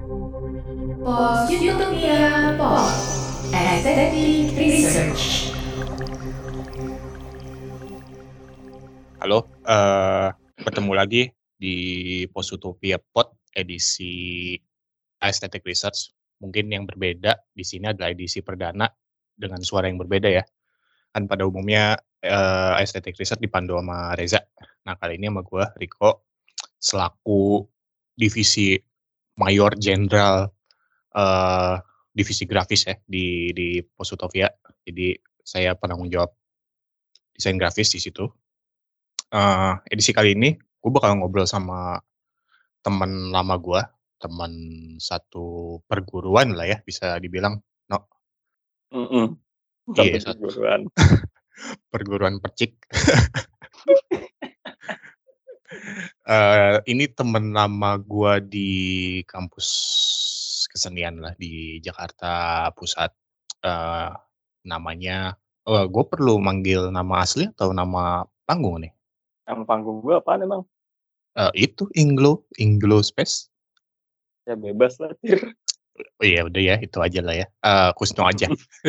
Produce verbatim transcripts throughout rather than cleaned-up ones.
Post Utopia Pod Aesthetic Research. Halo, uh, bertemu lagi di Post Utopia Pod edisi Aesthetic Research. Mungkin yang berbeda di sini adalah edisi perdana dengan suara yang berbeda ya. Kan pada umumnya uh, Aesthetic Research dipandu sama Reza. Nah kali ini sama gue, Riko, selaku divisi Mayor Jenderal uh, divisi grafis ya di di Post Utopia. Jadi saya penanggung jawab desain grafis di situ. Uh, edisi kali ini gue bakal ngobrol sama teman lama gue, teman satu perguruan lah ya bisa dibilang. No. Mm-mm. Iya, Satu satu perguruan. perguruan percik. uh, ini teman lama gue di kampus kesenian lah di Jakarta Pusat. Uh, namanya, oh, gue perlu manggil nama asli atau nama panggung nih? Nama panggung gue apaan emang? Uh, itu Inglo, Inglo Space. Ya bebas lah, Tir. Oh iya udah ya, itu aja lah ya. Uh, Kusno aja.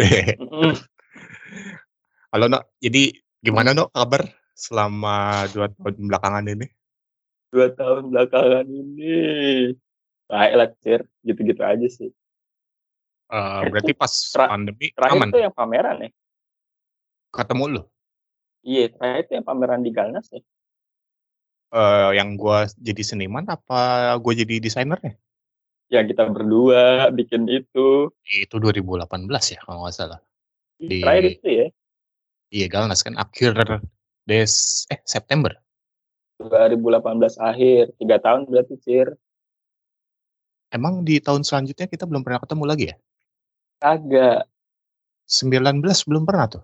Halo Nok, jadi gimana Nok kabar selama dua tahun belakangan ini? Dua tahun belakangan ini. Baik lah, Tir. Gitu-gitu aja sih. Uh, berarti pas Tra- pandemi Terakhir aman? tuh yang pameran ya? Ketemu lu? Iya, terakhir itu yang pameran di Galnas ya? Uh, yang gue jadi seniman apa gue jadi desainernya? Ya kita berdua bikin itu. Itu dua ribu delapan belas ya kalau nggak salah. Di Terakhir itu ya? Iya Galnas kan akhir des eh September. dua ribu delapan belas akhir. Tiga tahun berarti, Cir. Emang di tahun selanjutnya kita belum pernah ketemu lagi ya? Kagak. sembilan belas belum pernah tuh?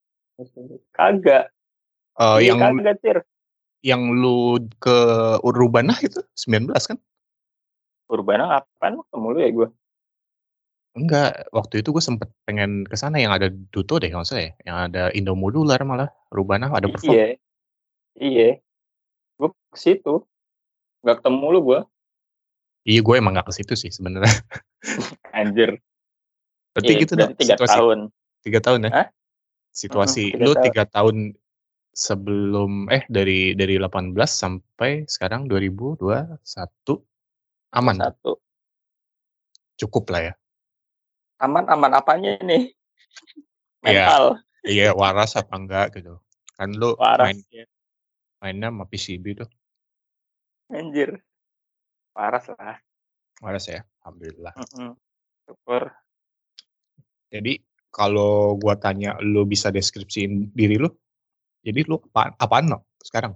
Kagak. Uh, Iya, yang kagak, Cir. Yang lu ke Urbana itu sembilan belas kan? Urbana apaan? Ketemu lu ya gue? Enggak, waktu itu gue sempet pengen ke sana yang ada Duto deh kalau saya, yang ada Indomodular malah, Urbana ada perform. Iya. Iya. Gue ke situ. Gak ketemu lu gue. Iya, gue emang gak ke situ sih sebenarnya. Anjir. Berarti Iya, gitu berarti dong, tiga situasi tahun. tiga tahun ya? Hah? Situasi Mm-mm, tiga lu tahun. tiga tahun sebelum eh dari dari delapan belas sampai sekarang dua ribu dua puluh satu aman. Satu. Cukup lah ya. Aman-aman apanya nih? Iya, Mental. iya waras apa enggak gitu. Kan lu Waras. main mainnya sama P C B tuh. Anjir. Waras lah. Waras ya, alhamdulillah. Mm-mm. Syukur. Jadi kalau gua tanya lu bisa deskripsiin diri lu, jadi lu apa apaan no sekarang?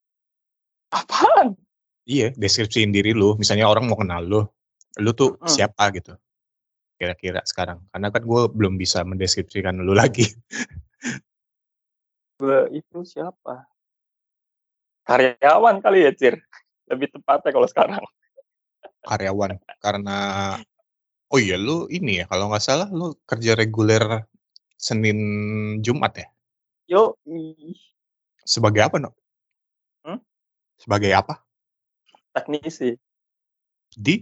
Apaan? Iya, deskripsiin diri lu. Misalnya orang mau kenal lu, lu tuh Mm-mm. siapa gitu? Kira-kira sekarang. Karena kan gue belum bisa mendeskripsikan lu lagi. Gue itu siapa? Karyawan kali ya, Cir. Lebih tepatnya kalau sekarang. Karyawan. Karena oh iya lu ini ya, kalau nggak salah lu kerja reguler Senin Jumat ya? Yo, ih. Sebagai apa no? Hmm? Sebagai apa? Teknisi. Di?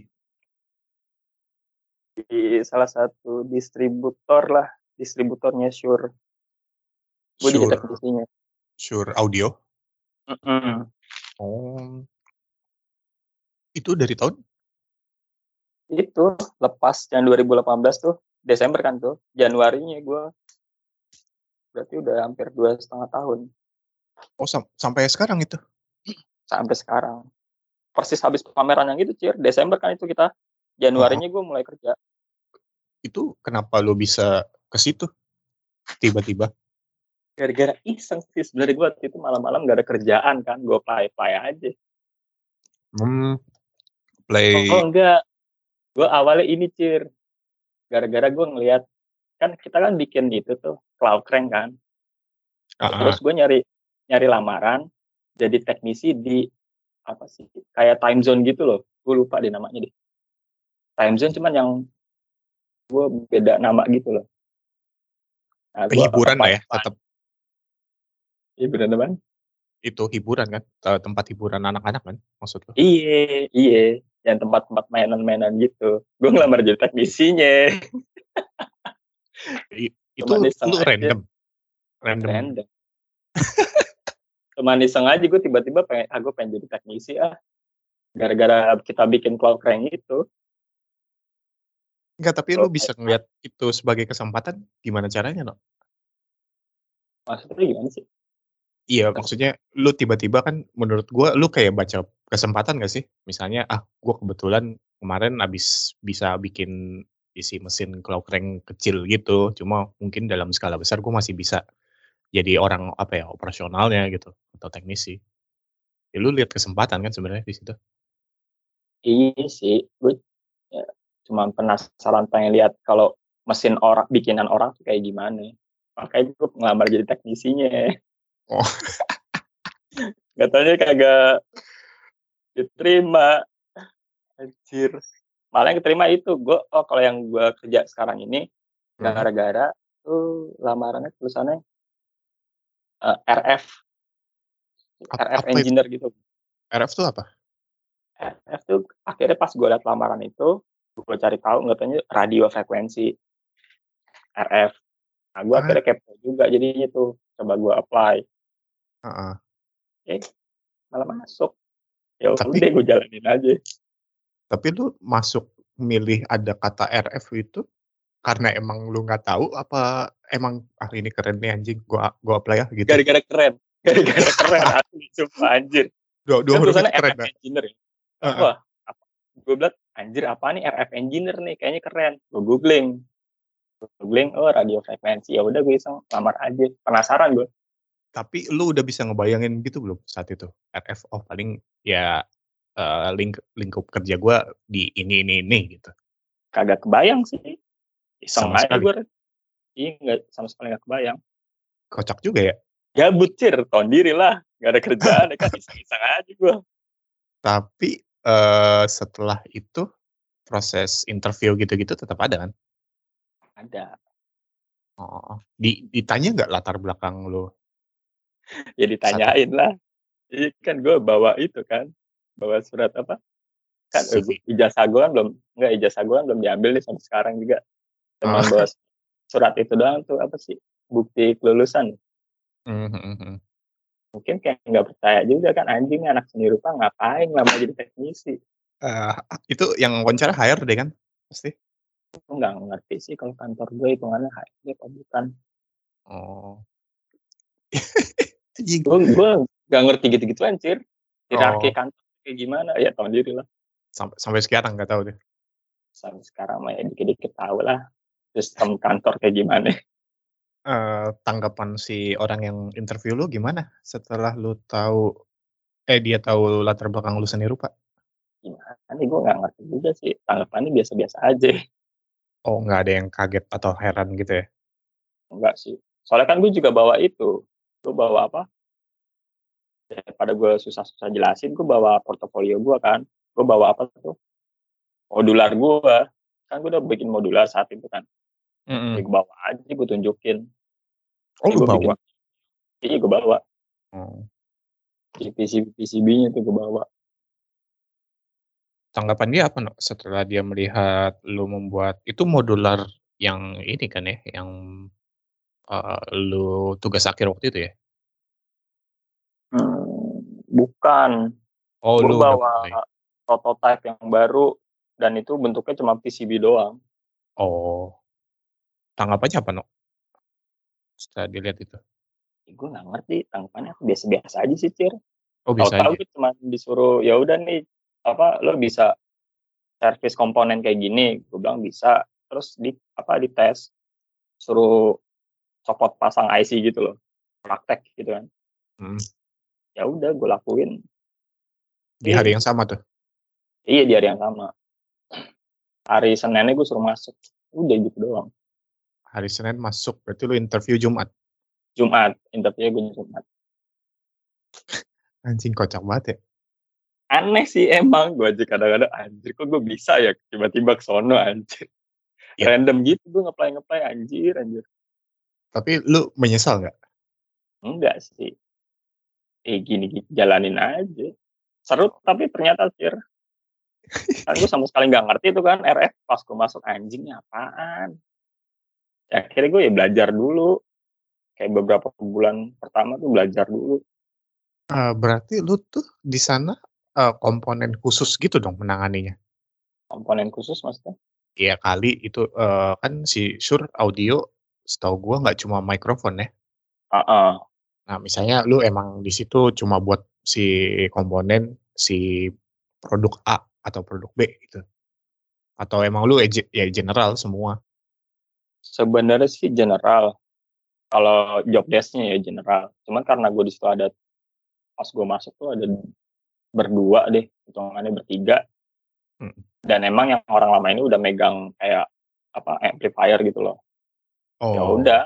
Di salah satu distributor lah. Distributornya Shure. Gue jadi Shure, teknisinya. Shure Audio. Mm-mm. Oh. Itu dari tahun? Itu lepas yang dua ribu delapan belas tuh. Desember kan tuh. Januarinya gue berarti udah hampir dua setengah tahun. Oh sam- sampai sekarang itu? Sampai sekarang. Persis habis pameran yang itu, Cir. Desember kan itu kita. Januarinya gue mulai kerja. Itu kenapa lo bisa ke situ tiba-tiba? Gara-gara iseng sih. Sebenarnya gue waktu itu malam-malam gak ada kerjaan kan. Gue play-play aja. Hmm, play. Oh enggak. Gue awalnya ini, Cir. Gara-gara gue ngeliat. Kan kita kan bikin itu tuh. Cloudcrank kan. Uh-uh. Terus gue nyari nyari lamaran. Jadi teknisi di apa sih? Kayak time zone gitu loh. Gue lupa deh namanya deh. Time zone cuman yang gue beda nama gitu loh. Nah, Hiburan lah ya tetap. Iya bener teman. itu hiburan kan? Eee, tempat hiburan anak-anak kan maksud lu? Iye iye, yang tempat-tempat mainan-mainan gitu. Gue Mhm. ngelamar jadi teknisinya. I itu Cuman iseng lu aja. random? Random? Random. Cuman iseng aja gue tiba-tiba pengen, ah gue pengen jadi teknisi ah. Gara-gara kita bikin Cloudcrank itu. Enggak, tapi lu Oh, bisa ngelihat itu sebagai kesempatan, gimana caranya, No? Maksudnya gimana sih? Iya, maksudnya lu tiba-tiba kan menurut gua lu kayak baca kesempatan nggak sih? Misalnya, ah gua kebetulan kemarin habis bisa bikin isi mesin Cloudcrank kecil gitu, cuma mungkin dalam skala besar gua masih bisa jadi orang, apa ya, operasionalnya gitu atau teknisi. Ya lu lihat kesempatan kan sebenarnya di situ? Iya sih, gue ya, cuman penasaran pengen lihat kalau mesin orang bikinan orang tuh kayak gimana. Makanya gue ngelamar jadi teknisinya. Oh. Gak taunya kagak diterima. Anjir. Malah yang keterima itu gue, oh kalau yang gue kerja sekarang ini Mhm. gara-gara tuh lamarannya tulisannya uh, R F Ap R F apa itu? engineer gitu. R F tuh apa? R F tuh akhirnya pas gue liat lamaran itu, gue cari tahu nggak taunya radio frekuensi R F. Nah, gue Ah, akhirnya kepo juga jadinya tuh, coba gue apply. heeh. Eh, malah masuk. Ya Tapi udah gue jalanin aja. tapi lu masuk milih ada kata R F itu karena emang lu nggak tahu apa emang, "Ah ini keren nih anjing gua gua apply ah," gitu? Gara-gara keren. Gara-gara keren asli sumpah anjir. Dua dua Kan huruf tulisannya itu keren, R F Mbak? engineer ya. Heeh. Wah, apa gue bilang, anjir apa nih R F engineer nih, kayaknya keren. Gue googling. Gue googling, oh radio frekuensi. Ya udah gue iseng lamar aja. Penasaran gue. Tapi lu udah bisa ngebayangin gitu belum saat itu? R F, oh paling ya, eee, ling lingkup kerja gua di ini ini ini gitu. Kagak kebayang sih. Iseng Sama aja sekali? gue. Iya, nggak, sama sekali nggak kebayang. Kocak juga ya? Gabut cir, tahu diri lah. Gak ada kerjaan ya kan, iseng-iseng aja gue. Tapi, eee, setelah itu proses interview gitu-gitu tetap ada kan? Ada. Oh, di ditanya nggak latar belakang lu Ya saat itu? ditanyain lah. Iya kan gue bawa itu kan. Bawa surat apa? Kan eh, C V? ijazah gue kan belum, enggak, ijazah gue kan belum diambil nih sampai sekarang juga. Oh, Cuman bawa surat itu doang tuh, apa sih? Bukti kelulusan. mmm, mhm mhm. Mungkin kayak nggak percaya juga kan, anjing anak seni rupa ngapain lama jadi teknisi. Eee, itu yang wawancara H R D kan? Pasti? Aku nggak ngerti sih kalau kantor gue hitungannya H R D apa bukan. Oh. Anjing. Gue gue nggak ngerti gitu-gitu anjir. Hierarki Oh, kantor kayak gimana? Ya tahu diri lah. sampai sampai sekarang nggak tahu deh. Sampai sekarang mah ya dikit-dikit tahu lah sistem kantor kayak gimana. Eee, tanggapan si orang yang interview lu gimana setelah lu tahu eh, dia tahu latar belakang lu seni rupa? Gimana nih, gue nggak ngerti juga sih. Tanggapannya biasa-biasa aja. Oh, nggak ada yang kaget atau heran gitu ya? Enggak sih. Soalnya kan gue juga bawa itu. Gue bawa apa? Daripada gue susah-susah jelasin, gue bawa portofolio gue kan. Gue bawa apa tuh? Modular gue. Kan gue udah bikin modular saat itu kan. Ya Mhm. gue bawa aja, gue tunjukin. Oh, Ini lu gue bikin. bawa? Iya gue bawa. Oh. P C B P C B-nya tuh gue bawa. Tanggapan dia apa, No, setelah dia melihat lu membuat itu modular yang ini kan ya, yang, eee, lu tugas akhir waktu itu ya? Hmm, bukan. Oh, Gue lu udah bawa mulai. prototype yang baru. Dan itu bentuknya cuma P C B doang. Oh. Tanggapannya apa, No, setelah dilihat itu? Ya, gue nggak ngerti tanggapannya, biasa-biasa aja sih Cir. Oh, biasa Tahu-tahu aja? gue cuma disuruh, ya udah nih, apa lo bisa servis komponen kayak gini, gue bilang bisa. Terus di apa di tes, suruh copot pasang I C gitu loh, praktek gitu kan. Mhm. Ya udah gue lakuin. Di hari yang sama tuh? Iya, di hari yang sama. Hari Seninnya gue suruh masuk, udah gitu doang. Hari Senin masuk, berarti lu interview Jumat? Jumat, interviewnya gue Jumat. Anjing kocak banget ya? Aneh sih emang, gue aja kadang-kadang anjir kok gue bisa ya tiba-tiba ke sono anjir. Ya, Random gitu gue ngeplay-ngeplay anjir anjir. tapi lu menyesal nggak? Enggak sih. eh gini, gini jalanin aja. Seru tapi ternyata Cir, kan gue sama sekali nggak ngerti itu kan R F pas gue masuk anjingnya apaan. Ya, akhirnya gue ya belajar dulu. Kayak beberapa bulan pertama tuh belajar dulu. Uh, berarti lu tuh di sana uh, komponen khusus gitu dong menanganinya? Komponen khusus maksudnya? Iya kali itu uh, kan si Shure audio, setahu gua nggak cuma mikrofon ya. Uh-uh. Nah misalnya lu emang di situ cuma buat si komponen si produk A atau produk B gitu, atau emang lu ya general semua? Sebenarnya sih general. Kalau job desk-nya ya general. Cuman karena gue di situ ada, pas gue masuk tuh ada berdua deh, hitungannya bertiga. Hmm. Dan emang yang orang lama ini udah megang kayak apa amplifier gitu loh. Oh. Ya udah.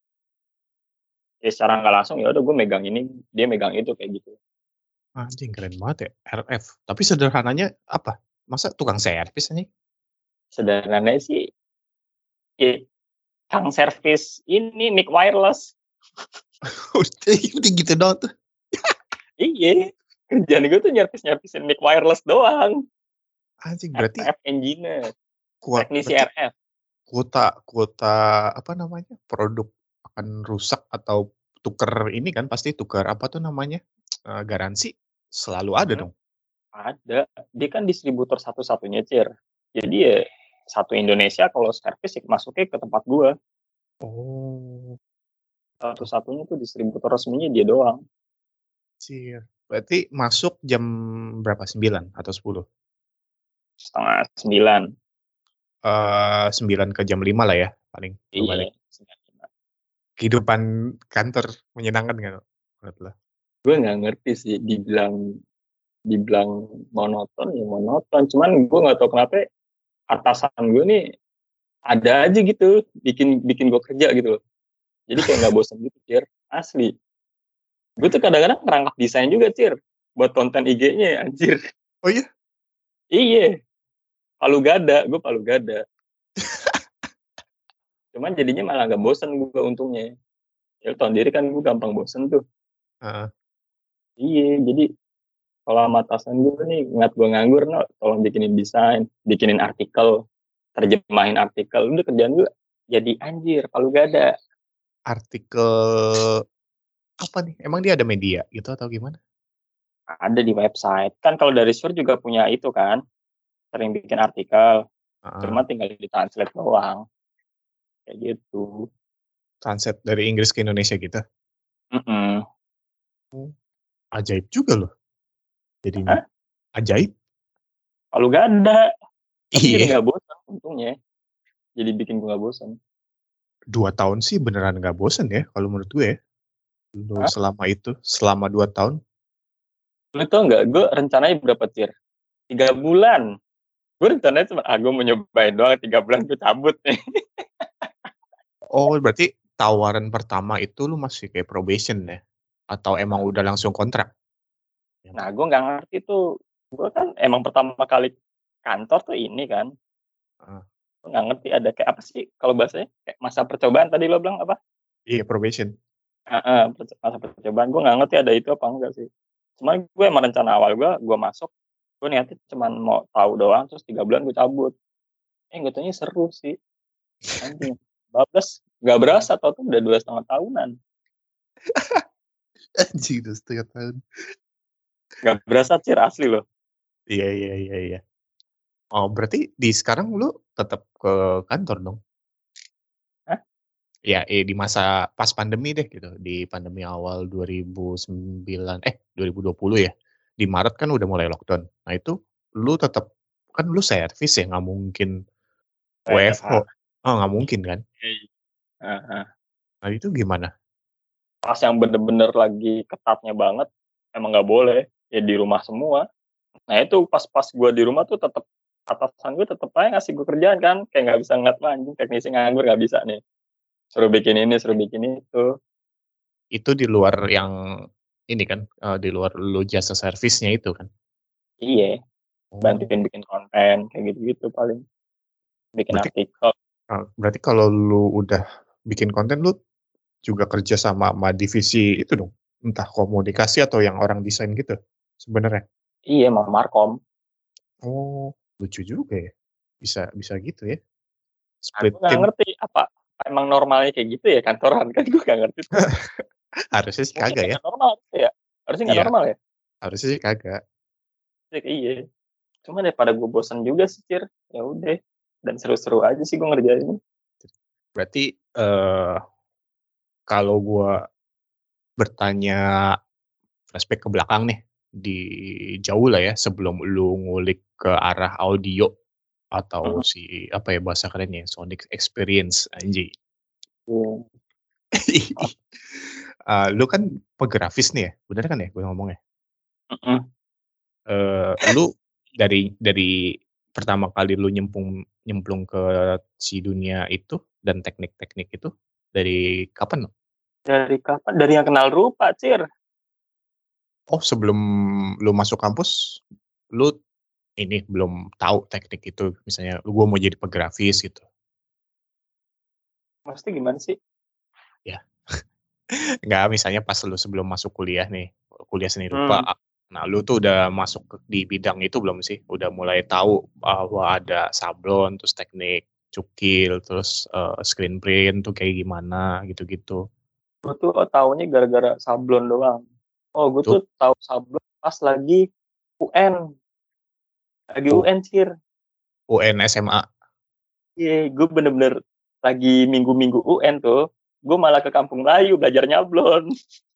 Ya secara nggak langsung ya udah gue megang ini, dia megang itu kayak gitu. Anjing keren banget ya R F. Tapi sederhananya apa? Masa tukang servis nih? Sederhananya sih ya, kang servis ini mic wireless. Udah gitu doang tuh. Iya. Kerjaan gue tuh nyervis-nyervisin mic wireless doang. Anjing berarti R F engineer. Kuat, teknisi R F. Kuota kuota apa namanya? Produk akan rusak atau tuker ini kan pasti tuker apa tuh namanya? Uh, garansi selalu ada hmm. dong. Ada. Dia kan distributor satu-satunya, Cir. Jadi ya satu Indonesia kalau servis masuknya ke tempat gua. Oh. Satu-satunya tuh distributor resminya dia doang. Cir. Berarti masuk jam berapa? sembilan atau sepuluh? Setengah sembilan. Uh, sembilan ke jam lima lah ya paling. Iya. Balik. Kehidupan kantor menyenangkan nggak menurut lo? Gue nggak ngerti sih, dibilang dibilang monoton ya monoton. Cuman gue nggak tahu kenapa atasan gue nih ada aja gitu bikin bikin gue kerja gitu loh. Jadi kayak nggak bosan gitu, Cir. Asli. Gue tuh kadang-kadang ngerangkap desain juga, Cir. Buat konten I G-nya, anjir. Oh iya? Iya. Palu gada, gue palu gada. Cuman jadinya malah gak bosen gue untungnya. Ya tahun diri kan gue gampang bosen tuh. Uh. Iya, jadi kalau sama atasan gue nih ngat gue nganggur, no, tolong bikinin desain, bikinin artikel, terjemahin artikel. Udah kerjaan gue jadi anjir, palu gada. Artikel apa nih? Emang dia ada media gitu atau gimana? Ada di website. Kan kalau dari Sur juga punya itu kan, sering bikin artikel. Uh. Cuma tinggal di-translate doang. Kayak gitu. Translate dari Inggris ke Indonesia gitu? Mm-mm. Oh, ajaib juga loh. Jadinya. Hah? Ajaib? Palu gada. Tapi iya. jadi gak bosan untungnya. Jadi bikin gue gak bosan. Dua tahun sih beneran gak bosan ya kalau menurut gue ya. Lu Hah? selama itu, selama dua tahun. Lu tau gak, gue rencananya berapa, Cir? Tiga bulan. Gue rencananya cuma, ah gue mau nyobain doang, tiga bulan gue cabut nih. Oh berarti tawaran pertama itu lu masih kayak probation ya? Atau emang udah langsung kontrak? Nah gue gak ngerti tuh. Gue kan emang pertama kali kantor tuh ini kan. Uh. Gue gak ngerti ada kayak apa sih kalau bahasanya? Kayak masa percobaan tadi lo bilang apa? Iya, probation. Uh, uh, masa percobaan. Gue gak ngerti ada itu apa enggak sih. Cuman gue emang rencana awal gue, gue masuk, gue niatnya cuma mau tahu doang, terus tiga bulan gue cabut. Eh gak taunya seru sih. Anjing. Bablas, gak berasa tau tuh udah dua setengah tahunan. Anjing, dua setengah tahun. Gak berasa, Cir, asli loh. Iya, iya, iya, iya. Oh, berarti di sekarang lu tetap ke kantor dong? Hah? Ya, eh, di masa pas pandemi deh gitu. Di pandemi awal dua ribu sembilan, eh dua ribu dua puluh ya. Di Maret kan udah mulai lockdown. Nah itu lu tetap, kan lu servis ya, nggak mungkin W F H. Oh, nggak mungkin kan? Uh-huh. Nah itu gimana? Pas yang bener-bener lagi ketatnya banget, emang nggak boleh. Ya di rumah semua. Nah itu pas-pas gue di rumah tuh tetap atasan gue tetap aja ngasih gue kerjaan kan. Kayak nggak bisa ngeliat anjing teknisi nganggur nggak bisa nih. Suruh bikin ini, suruh bikin itu. Itu di luar yang ini kan, uh, di luar lu jasa servisnya itu kan? Iya. Bantuin bikin konten kayak gitu-gitu paling. Bikin berarti, artikel. Uh, berarti kalau lu udah bikin konten lu juga kerja sama sama divisi itu dong? Entah komunikasi atau yang orang desain gitu sebenarnya? Iya, ma markom. Oh, lucu juga ya. Bisa bisa gitu ya. Aku Split nggak tim. ngerti apa emang normalnya kayak gitu ya kantoran kan gue nggak ngerti tuh. Harusnya sih Mungkin kagak ya. nggak normal gitu ya? Harusnya nggak Iya, normal ya? harusnya sih kagak. Iya, iya. Cuman daripada gue bosan juga sih, Cir. Ya udah. Dan seru-seru aja sih gue ngerjainnya. Berarti eh kalau gua bertanya flashback ke belakang nih, di jauh lah ya sebelum lu ngulik ke arah audio atau Mhm. si apa ya bahasa kerennya sonic experience anjing. Iya. Eh, lu kan pografis nih ya, bener kan ya gue ngomongnya? Mhm. Eh, lu dari dari pertama kali lu nyemplung nyemplung ke si dunia itu dan teknik-teknik itu dari kapan? Dari kapan? Dari yang kenal rupa, Cir. Oh, sebelum lu masuk kampus, lu ini belum tahu teknik itu, misalnya gua mau jadi pografis gitu. Maksudnya gimana sih? Ya, enggak, misalnya pas lu sebelum masuk kuliah nih, kuliah seni rupa, Hmm. a nah lu tuh udah masuk ke di bidang itu belum sih? Udah mulai tahu bahwa ada sablon, terus teknik cukil, terus, eee, screen print tuh kayak gimana, gitu-gitu. Gue tuh oh, taunya gara-gara sablon doang. Oh, gue Itu tuh tahu sablon pas lagi U N. Lagi U U N, Cir. UN S M A. Iya, gue bener-bener lagi minggu-minggu U N tuh, gue malah ke Kampung Melayu belajar nyablon.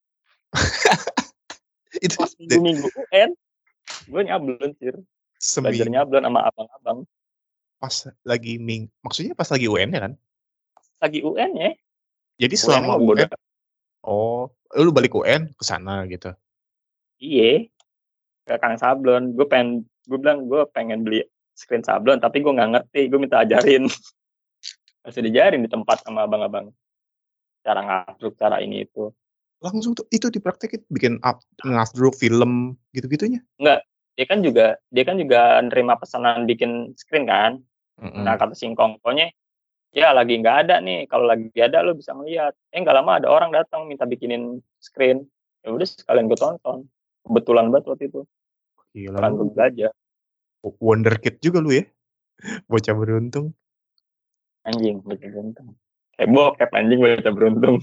Itu Pas de minggu-minggu U N, gue nyablon, Cir. Belajar seming nyablon sama abang-abang. pas lagi ming maksudnya pas lagi U N ya kan? Lagi U N ya, Jadi U N selama mah bodo. U N oh, lu balik U N ke sana gitu? Iya, ke Kang Sablon. Gue pengen, gue bilang gue pengen beli screen sablon, tapi gue nggak ngerti. Gue minta ajarin. Masih diajarin di tempat sama abang-abang. Cara ngaduk, cara ini itu. Langsung tuh itu dipraktekin bikin up ngafdruk film gitu-gitunya? Enggak, dia kan juga dia kan juga nerima pesanan bikin screen kan. Nah, Mhm. kata singkong, pokoknya ya lagi nggak ada nih, kalau lagi ada lo bisa ngeliat. Eh nggak lama ada orang datang minta bikinin screen. Ya udah sekalian gue tonton. Kebetulan banget waktu itu. Gila Sekalian gue lu belajar. wonderkid juga lu ya, bocah beruntung. Anjing, bocah beruntung. Heboh, kayak anjing bocah beruntung.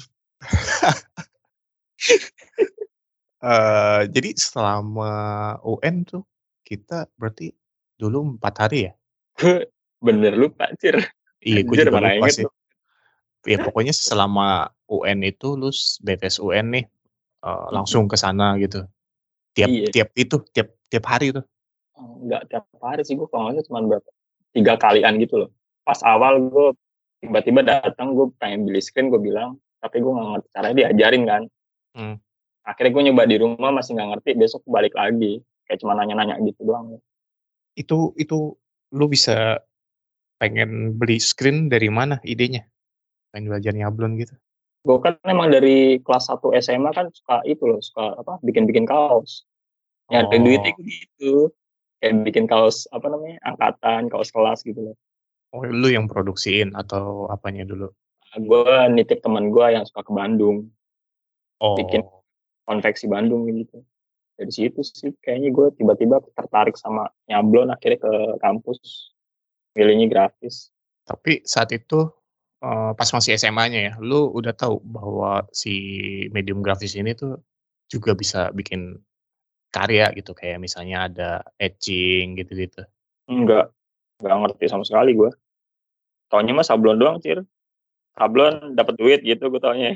Eee, jadi selama U N tuh kita berarti dulu empat hari ya? Bener lupa, Cir. Iya, gue Anjir, juga mana lupa inget sih. lu. Ya pokoknya selama U N itu lu s beres U N nih, eee, Mhm. langsung ke sana gitu? Tiap Iya. tiap itu, tiap tiap hari tuh? Enggak tiap hari sih, gue kalau nggak salah cuma berapa, tiga kalian gitu loh. Pas awal gue tiba-tiba datang, gue pengen beli screen, gue bilang, tapi gue nggak ngerti caranya, diajarin kan. Mmm. Akhirnya gue nyoba di rumah masih nggak ngerti, besok balik lagi. Kayak cuma nanya-nanya gitu doang. Itu itu lu bisa pengen beli screen dari mana idenya? Pengen belajar nyablon gitu? Gue kan emang dari kelas satu S M A kan suka itu loh, suka apa, bikin-bikin kaos. Nyari duitnya Oh. gitu. Kayak bikin kaos, apa namanya, angkatan, kaos kelas gitu loh. Oh, lu yang produksiin atau apanya dulu? Gue nitip teman gue yang suka ke Bandung, bikin Oh, konveksi Bandung gitu. Dari situ sih kayaknya gue tiba-tiba tertarik sama nyablon, akhirnya ke kampus milihnya grafis. tapi saat itu, eee, pas masih S M A-nya ya, lu udah tahu bahwa si medium grafis ini tuh juga bisa bikin karya gitu, kayak misalnya ada etching gitu-gitu? Enggak, enggak ngerti sama sekali gue. Taunya mah sablon doang, Cir. Sablon dapat duit gitu gue taunya.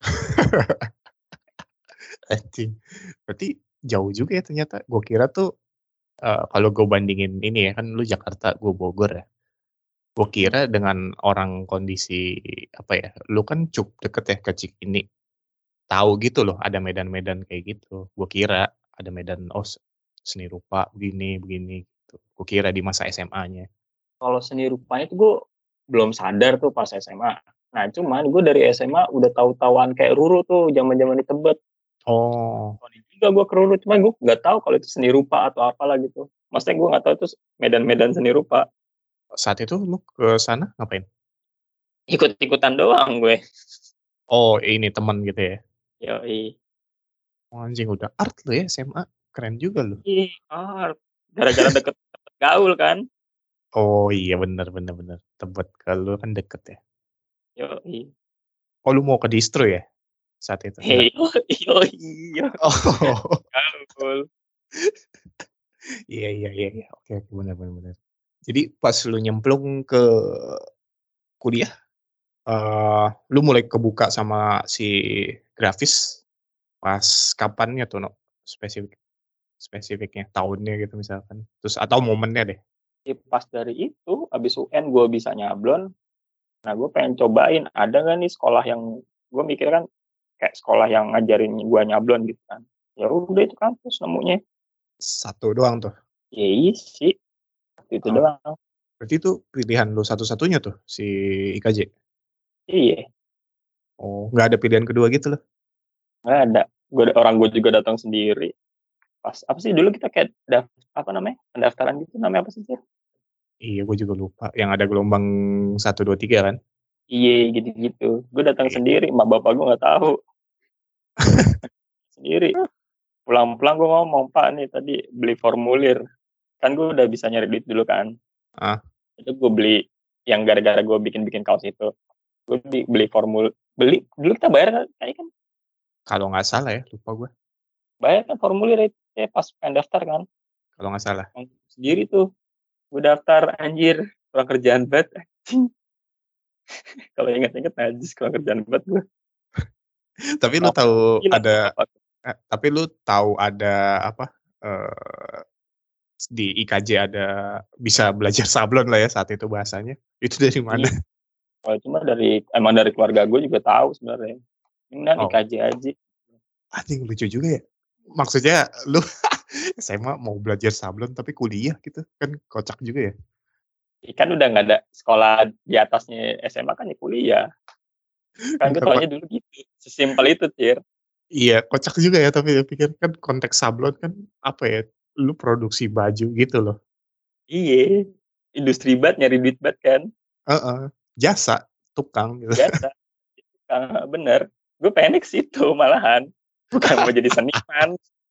Etching. Berarti jauh juga ya ternyata, gua kira tuh, eee, kalau gua bandingin ini ya, kan lu Jakarta, gua Bogor ya. Gua Mhm. kira dengan orang kondisi apa ya, lu kan cukup deket ya ke Cikini, tahu gitu loh ada medan-medan kayak gitu. Gua kira ada medan, oh se seni rupa begini begini gitu. Gua kira di masa S M A-nya. Kalau seni rupanya tuh gue belum sadar tuh pas S M A. Nah, cuman gue dari S M A udah tahu-tahuan kayak Ruru tuh zaman-zaman di Tebet. Oh, Soalnya juga gue ke Ruru, cuman gue nggak tahu kalau itu seni rupa atau apalah gitu. Maksudnya gue nggak tahu itu medan-medan seni rupa. saat itu lu ke sana ngapain? Ikut-ikutan doang gue. Oh ini temen gitu ya? Yoi. Oh, anjing udah art lu ya S M A, keren juga lu. Ih, art. Gara-gara deket deket gaul kan. Oh iya bener bener bener, Tebet ke lu kan deket ya. Yoi. Oh lu mau ke distro ya? Saat itu? Enggak? Hei, oh iya. Oh. Gaul. Iya iya iya iya, oke oke, bener bener bener. Jadi pas lu nyemplung ke kuliah, eee, lu mulai kebuka sama si grafis pas kapannya tuh, No? Spesifik spesifiknya, tahunnya gitu misalkan, terus atau momennya deh? Ya pas dari itu, abis U N gue bisa nyablon, nah gue pengen cobain ada nggak nih sekolah yang gue mikir kan kayak sekolah yang ngajarin gue nyablon gitu kan. Ya udah itu kampus nemunya. Satu doang tuh? Ya iya sih, itu Oh, doang. berarti itu pilihan lu satu-satunya tuh, si I K J? Iya, Oh, nggak ada pilihan kedua gitu loh? nggak ada. Gue orang gue juga datang sendiri. Pas apa sih dulu kita kayak daf, apa namanya pendaftaran gitu namanya apa sih sih? Iya, gue juga lupa, yang ada gelombang satu, dua, tiga kan? Iya gitu-gitu. Gue datang Iya. sendiri, emak bapak gue nggak tahu. Sendiri. Pulang-pulang gue ngomong, Pak nih tadi beli formulir. Kan gue udah bisa nyari duit dulu kan. Ah, Itu gue beli yang gara-gara gue bikin-bikin kaos itu. Gue di, beli formul beli dulu kita bayar kan kayaknya kan kalau nggak salah ya, lupa gue, bayar kan formulir itu ya pas pengen daftar kan. kalau nggak salah. Yang sendiri tuh gue daftar anjir kurang kerjaan banget. Kalau inget-inget najis kurang kerjaan banget gue. Tapi lu Kenapa tahu bilang sama ada bapak? eh, tapi lu tahu ada apa, eee, di I K J ada bisa belajar sablon lah ya saat itu bahasanya, itu dari mana? Iya, kalau cuma dari emang dari keluarga gue juga tahu sebenarnya. Ini Oh, dikaji aja. anjing lucu juga ya. Maksudnya lu S M A mau belajar sablon tapi kuliah gitu, kan kocak juga ya. Kan udah nggak ada sekolah di atasnya S M A kan ya kuliah. Kan gue Enggak kok, taunya dulu gitu. Sesimpel itu, Cir. iya kocak juga ya tapi pikir kan konteks sablon kan apa ya, lu produksi baju gitu loh. Iya. Industri banget, nyari duit banget kan. Heeh, jasa, tukang gitu. Biasa. Heeh, bener. Gue pengen ke situ malahan. Bukan mau jadi seniman.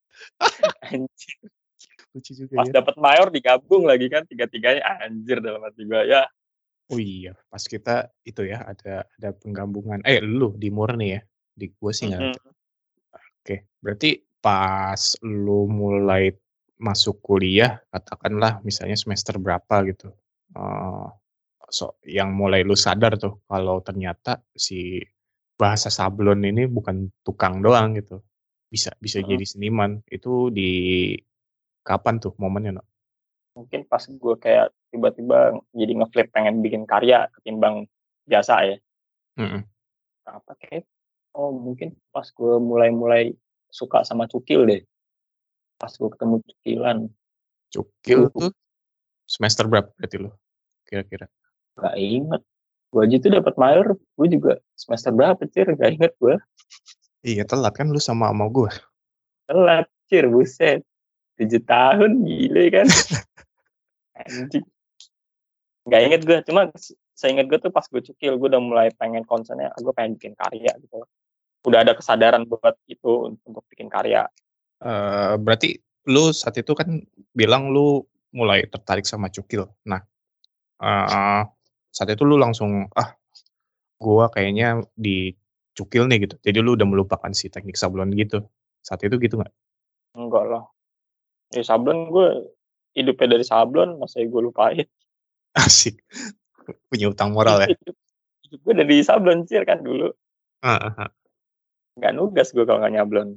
Anjir. Lucu juga Pas ya. dapet mayor digabung lagi kan tiga-tiganya anjir dalam hati gue ya. Oh iya, pas kita itu ya ada ada penggabungan eh lu di Murni ya? Di gua sih nggak ada. Mm-mm. Oke, berarti pas lu mulai masuk kuliah, katakanlah misalnya semester berapa gitu, eee, so yang mulai lu sadar tuh kalau ternyata si bahasa sablon ini bukan tukang doang gitu, bisa bisa Mm-mm. jadi seniman, itu di kapan tuh momennya, No? Mungkin pas gue kayak tiba-tiba jadi ngeflip pengen bikin karya ketimbang jasa ya. Mhm. Apa kayak oh mungkin pas gue mulai-mulai suka sama cukil deh. Pas gue ketemu cukilan. Gue Cukil lupa, tuh semester berapa berarti lu kira-kira? gak inget. Gue aja tuh dapat mayor, gue juga semester berapa Cir, gak inget gue. Iya telat kan lu sama sama gua. Telat Cir, buset. tujuh tahun, gile kan. Anjing. Gak inget gue, cuma saya inget gue tuh pas gue cukil, gue udah mulai pengen concernnya, gue pengen bikin karya gitu. Udah ada kesadaran buat itu, untuk bikin karya. Eee, berarti lu saat itu kan bilang lu mulai tertarik sama cukil. Nah, eee, saat itu lu langsung, "Ah, gua kayaknya di cukil nih," gitu. Jadi lu udah melupakan si teknik sablon gitu, saat itu gitu nggak? Enggak lah. Ya sablon gue, hidupnya dari sablon, masa gue lupain. Asik, punya utang moral Iya, ya? hidup, hidup gue dari sablon Cir kan dulu. Heeh heeh. Gak nugas gue kalau gak nyablon.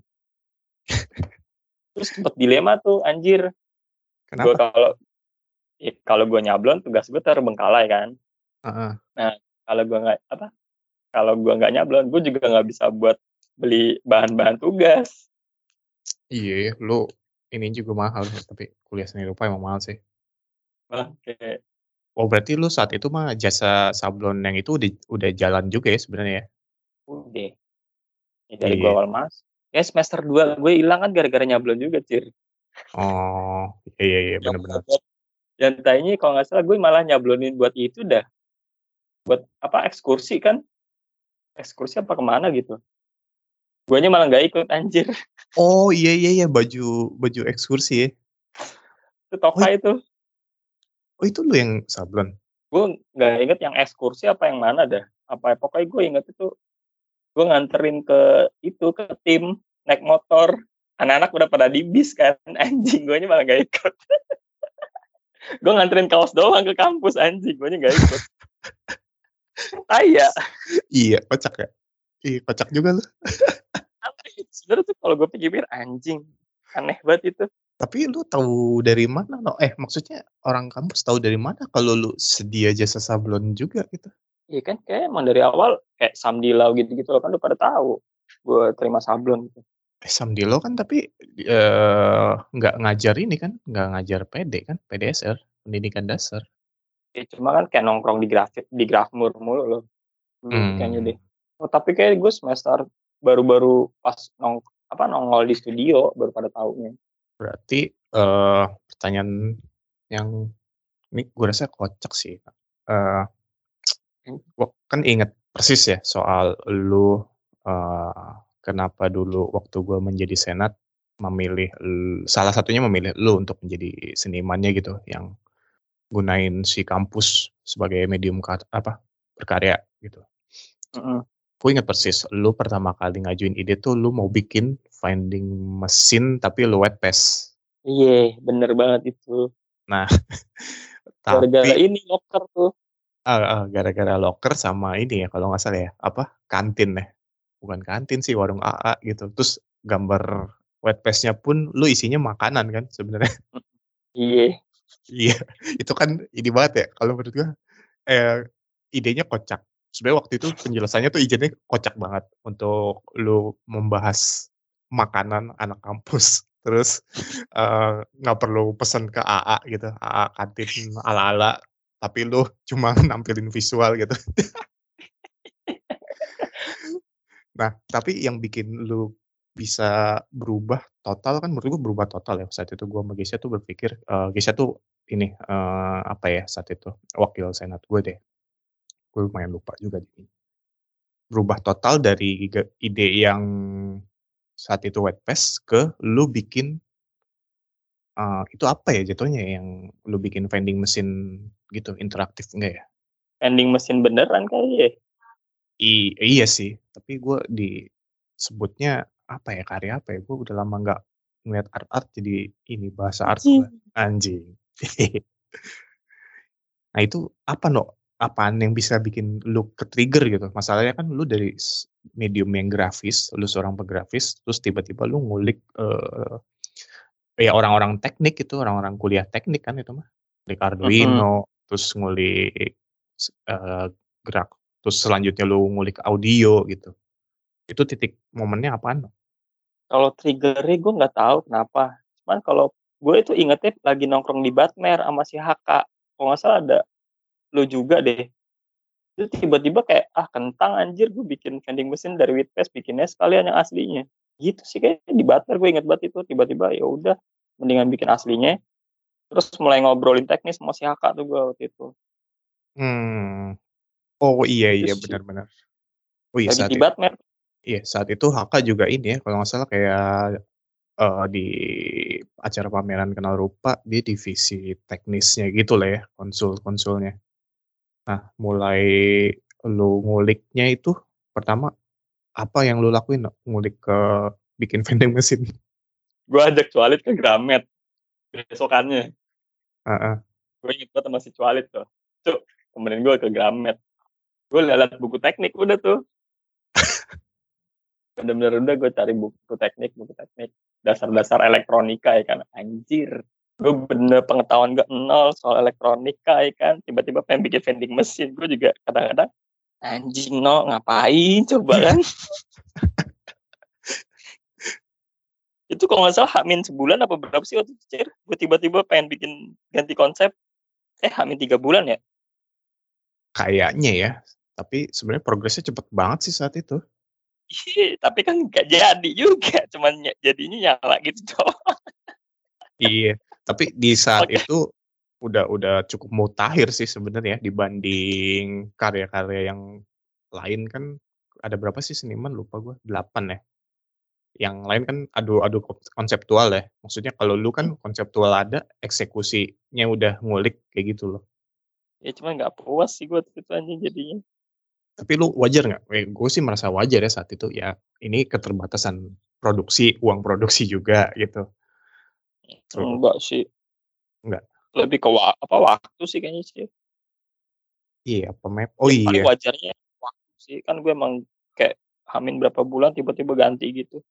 Terus sempet dilema tuh, anjir. Gue Kenapa? kalau ya, kalau gue nyablon, tugas gue terbengkalai kan. Heeh. Nah, kalau gue nggak apa, kalau gue nggak nyablon, gue juga nggak bisa buat beli bahan-bahan tugas. Iya ya, lu ini juga mahal ya, tapi kuliah seni rupa emang mahal sih. Malah kayak Oh, berarti lu saat itu mah jasa sablon yang itu udah udah jalan juga ya sebenarnya ya? udah. Ya, dari gue Iya. awal mas. Ya semester dua gue hilang kan gara-gara nyablon juga, Cir. Oh, iya iya iya, Yang bener bener. buat dan tanya kalau nggak salah gue malah nyablonin buat itu dah. Buat apa ekskursi kan? Ekskursi apa kemana gitu. Guanya malah nggak ikut anjir. Oh iya iya iya baju baju ekskursi ya. Itu Oh, Toka itu. oh itu lu yang sablon. Gue nggak inget yang ekskursi apa yang mana dah. Apa pokoknya gue inget itu gue nganterin ke itu ke tim naik motor. Anak-anak udah pada di bis kan, anjing gue malah nggak ikut. Gue nganterin kaos doang ke kampus anjing, gue nggak ikut. Taya. Iya kocak ya. Iya kocak juga lu. Sebenarnya tuh kalau gue pikir anjing aneh banget itu. Tapi lu tahu dari mana no? Eh maksudnya orang kampus tahu dari mana kalau lu sedia jasa sablon juga gitu? Iya kan kayak emang dari awal kayak Samdilau gitu-gitu loh kan udah pada tahu gue terima sablon gitu. Eh Samdilo kan tapi eh, nggak ngajar ini kan, nggak ngajar P D kan, P D S R, pendidikan dasar. Ya, cuma kan kayak nongkrong di grafik di Grafmur mulu loh. Dulu kayaknya Hmm, deh. Oh, tapi kayak gue semester baru-baru pas nong apa nongol di studio baru pada taunya. berarti eh pertanyaan yang ini gue rasa kocak sih. Eh gua kan inget persis ya soal lu eh kenapa dulu waktu gue menjadi senat memilih l- salah satunya memilih lu untuk menjadi senimannya gitu yang gunain si kampus sebagai medium ka- apa berkarya gitu. Mm-mm. Aku ingat persis, lu pertama kali ngajuin ide tuh lu mau bikin vending mesin tapi lu wetpass. Iya, bener banget itu. Nah, Gara-gara tapi ini locker tuh. eh, eh, gara-gara locker sama ini ya kalau nggak salah ya, apa kantin ya, bukan kantin sih warung A A gitu. Terus gambar wetpassnya pun lu isinya makanan kan sebenarnya. Iya. Iya, itu kan ini banget ya. Kalau menurut gua eh, idenya kocak. Sebenarnya waktu itu penjelasannya tuh idenya kocak banget untuk lu membahas makanan anak kampus. Terus eh, nggak perlu pesen ke A A gitu, A A kantin ala-ala, tapi lu cuma nampilin visual gitu. Nah, tapi yang bikin lu bisa berubah total kan menurut gue berubah total ya. Saat itu gue sama Gesya tuh berpikir, eh Gesya tuh ini eh, apa ya saat itu wakil senat gue deh. Gue lumayan lupa juga. Berubah total dari ide ide yang saat itu wetpass ke lu bikin eee, itu apa ya jatuhnya yang lu bikin vending machine gitu, interaktif enggak ya? Ending mesin beneran kali ya. I iya sih, tapi gue disebutnya apa ya, karya apa ya, gue udah lama nggak ngeliat art-art jadi ini bahasa art gue, Anjing. anjing. Nah itu apa no apaan yang bisa bikin lu ke-trigger gitu? Masalahnya kan lu dari s medium yang grafis, lu seorang pegrafis, terus tiba-tiba lu ngulik, eee, ya orang-orang teknik itu, orang-orang kuliah teknik kan itu mah. Ngulik Mm-mm. Arduino, terus ngulik s eee, gerak terus selanjutnya lu ngulik audio gitu. Itu titik momennya apaan, Bang? Kalau triggernya gue nggak tahu kenapa. Cuman kalau gue itu ingetnya lagi nongkrong di Batmer sama si Haka. Kalau nggak salah ada lu juga deh. Itu tiba-tiba kayak ah kentang anjir gue bikin vending mesin dari Witpest bikinnya sekalian yang aslinya. Gitu sih kayak di Batmer gue inget banget itu tiba-tiba ya udah mendingan bikin aslinya. Terus mulai ngobrolin teknis sama si Haka tuh gue waktu itu. Mmm. Oh, iya Gitu iya, sih. benar benar. Oh iya, Lagi saat di it Batmer. iya, saat itu Hakka juga ini ya, kalau nggak salah kayak, eee, di acara pameran Kenal Rupa, dia divisi teknisnya gitu lah ya, konsul-konsulnya. Nah, mulai lu nguliknya itu, pertama apa yang lu lakuin, No? Ngulik ke bikin vending mesin? Gue ajak Cualit ke Gramet besokannya. Heeh. Gue inget banget sama si Cualit tuh. Cuk, temenin gue ke Gramet. Gue liat buku teknik udah tuh. Bener-bener udah gue cari buku teknik, buku teknik. Dasar-dasar elektronika ya kan. Anjir. Gue bener pengetahuan gak nol soal elektronika ya kan. Tiba-tiba pengen bikin vending mesin. Gue juga kadang-kadang anjing no ngapain coba kan. Itu kalau nggak salah Hamin sebulan apa berapa sih waktu itu Cer? Gue tiba-tiba pengen bikin ganti konsep. Eh Hamin tiga bulan ya? Kayaknya ya, tapi sebenarnya progresnya cepet banget sih saat itu. Iya, tapi kan gak jadi juga. Cuman jadinya nyala gitu doang. Iya, tapi di saat Oke. itu udah udah cukup mutakhir sih sebenarnya dibanding karya-karya yang lain kan ada berapa sih seniman lupa gue, delapan ya? Yang lain kan adu-adu konseptual ya. Maksudnya kalau lu kan konseptual ada, eksekusinya udah ngulik kayak gitu loh. Ya cuma nggak puas sih gue itu aja jadinya. Tapi lu wajar nggak? Eh, gue sih merasa wajar ya saat itu. Ya ini keterbatasan produksi, uang produksi juga gitu. Tuh, Enggak sih. enggak. Lebih ke wa- apa waktu sih kayaknya sih. Iya, apa map? Oh Ya paling iya. wajarnya waktu sih. Kan gue emang kayak hamin berapa bulan tiba-tiba ganti gitu.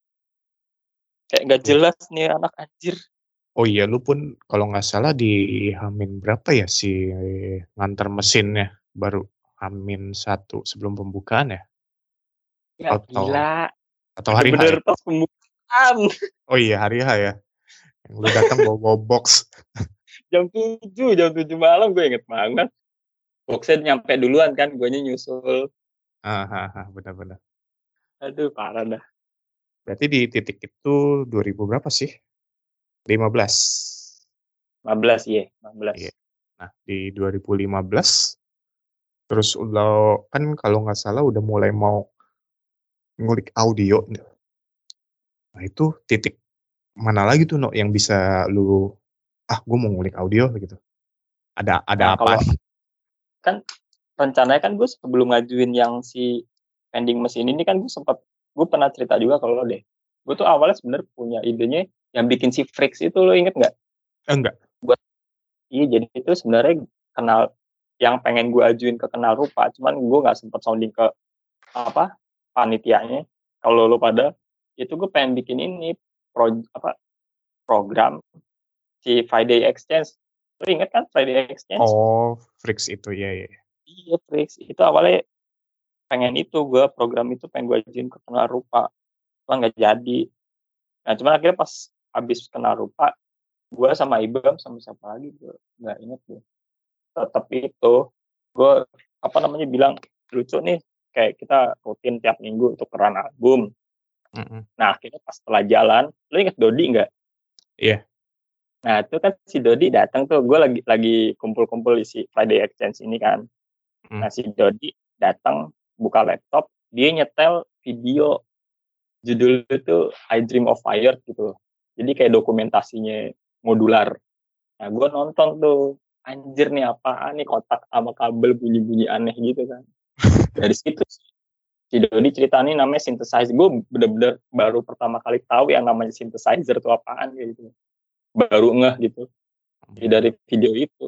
Kayak nggak Iya. jelas nih anak anjir. Oh iya, lu pun kalau nggak salah di Hamin berapa ya si nganter mesinnya baru Hamin satu sebelum pembukaan ya? Ya Atau gila. atau hari H ya? Bener-bener pas pembukaan. Oh iya hari H ya. Yang lu datang bawa bawa box. jam tujuh, jam tujuh malam gue inget banget. Boxnya nyampe duluan kan, gue nyusul. Ah, ah, ah, benar-benar. Aduh, parah dah. Berarti di titik itu dua ribu berapa sih? lima belas. lima belas ya, lima belas. Iya. Nah, di dua ribu lima belas terus udah kan kalau nggak salah udah mulai mau ngulik audio. Nah, itu titik mana lagi tuh no yang bisa lu ah gue mau ngulik audio gitu. Ada Nah, ada apa? kalau kan rencananya kan gue sebelum ngajuin yang si vending mesin ini kan gue sempat gue pernah cerita juga kalau deh. Gue tuh awalnya sebenarnya punya idenya yang bikin si Frix itu, lo inget nggak? Eh, enggak. Buat iya, jadi itu sebenarnya kenal yang pengen gue ajuin ke kenal rupa, cuman gue nggak sempat sounding ke apa panitianya. Kalau lo pada itu gue pengen bikin ini pro, apa program si Friday Exchange. Lo inget kan Friday Exchange? Oh, Frix itu ya ya. Iya, Frix. Itu awalnya pengen itu gue program itu pengen gue ajuin ke kenal rupa, cuma nggak jadi. Nah, cuman akhirnya pas habis kenal rupa, gue sama Ibam sama siapa lagi gue nggak inget deh. Tetap itu gue apa namanya bilang lucu nih, kayak kita rutin tiap minggu untuk tukeran album. Mm-mm. Nah, akhirnya pas setelah jalan, lo inget Dodi nggak? Iya. Nah, itu kan si Dodi datang tuh, gue lagi lagi kumpul-kumpul di si Friday Exchange ini kan. Mm. Nah, si Dodi datang buka laptop, dia nyetel video judul itu I Dream of Fire gitu. Jadi kayak dokumentasinya modular. Nah, gue nonton tuh, anjir nih apaan nih kotak sama kabel bunyi-bunyi aneh gitu kan. Dari situ si Dodi cerita nih namanya synthesizer. Gue bener-bener baru pertama kali tahu yang namanya synthesizer itu apaan gitu. Baru ngeh gitu. Jadi dari video itu.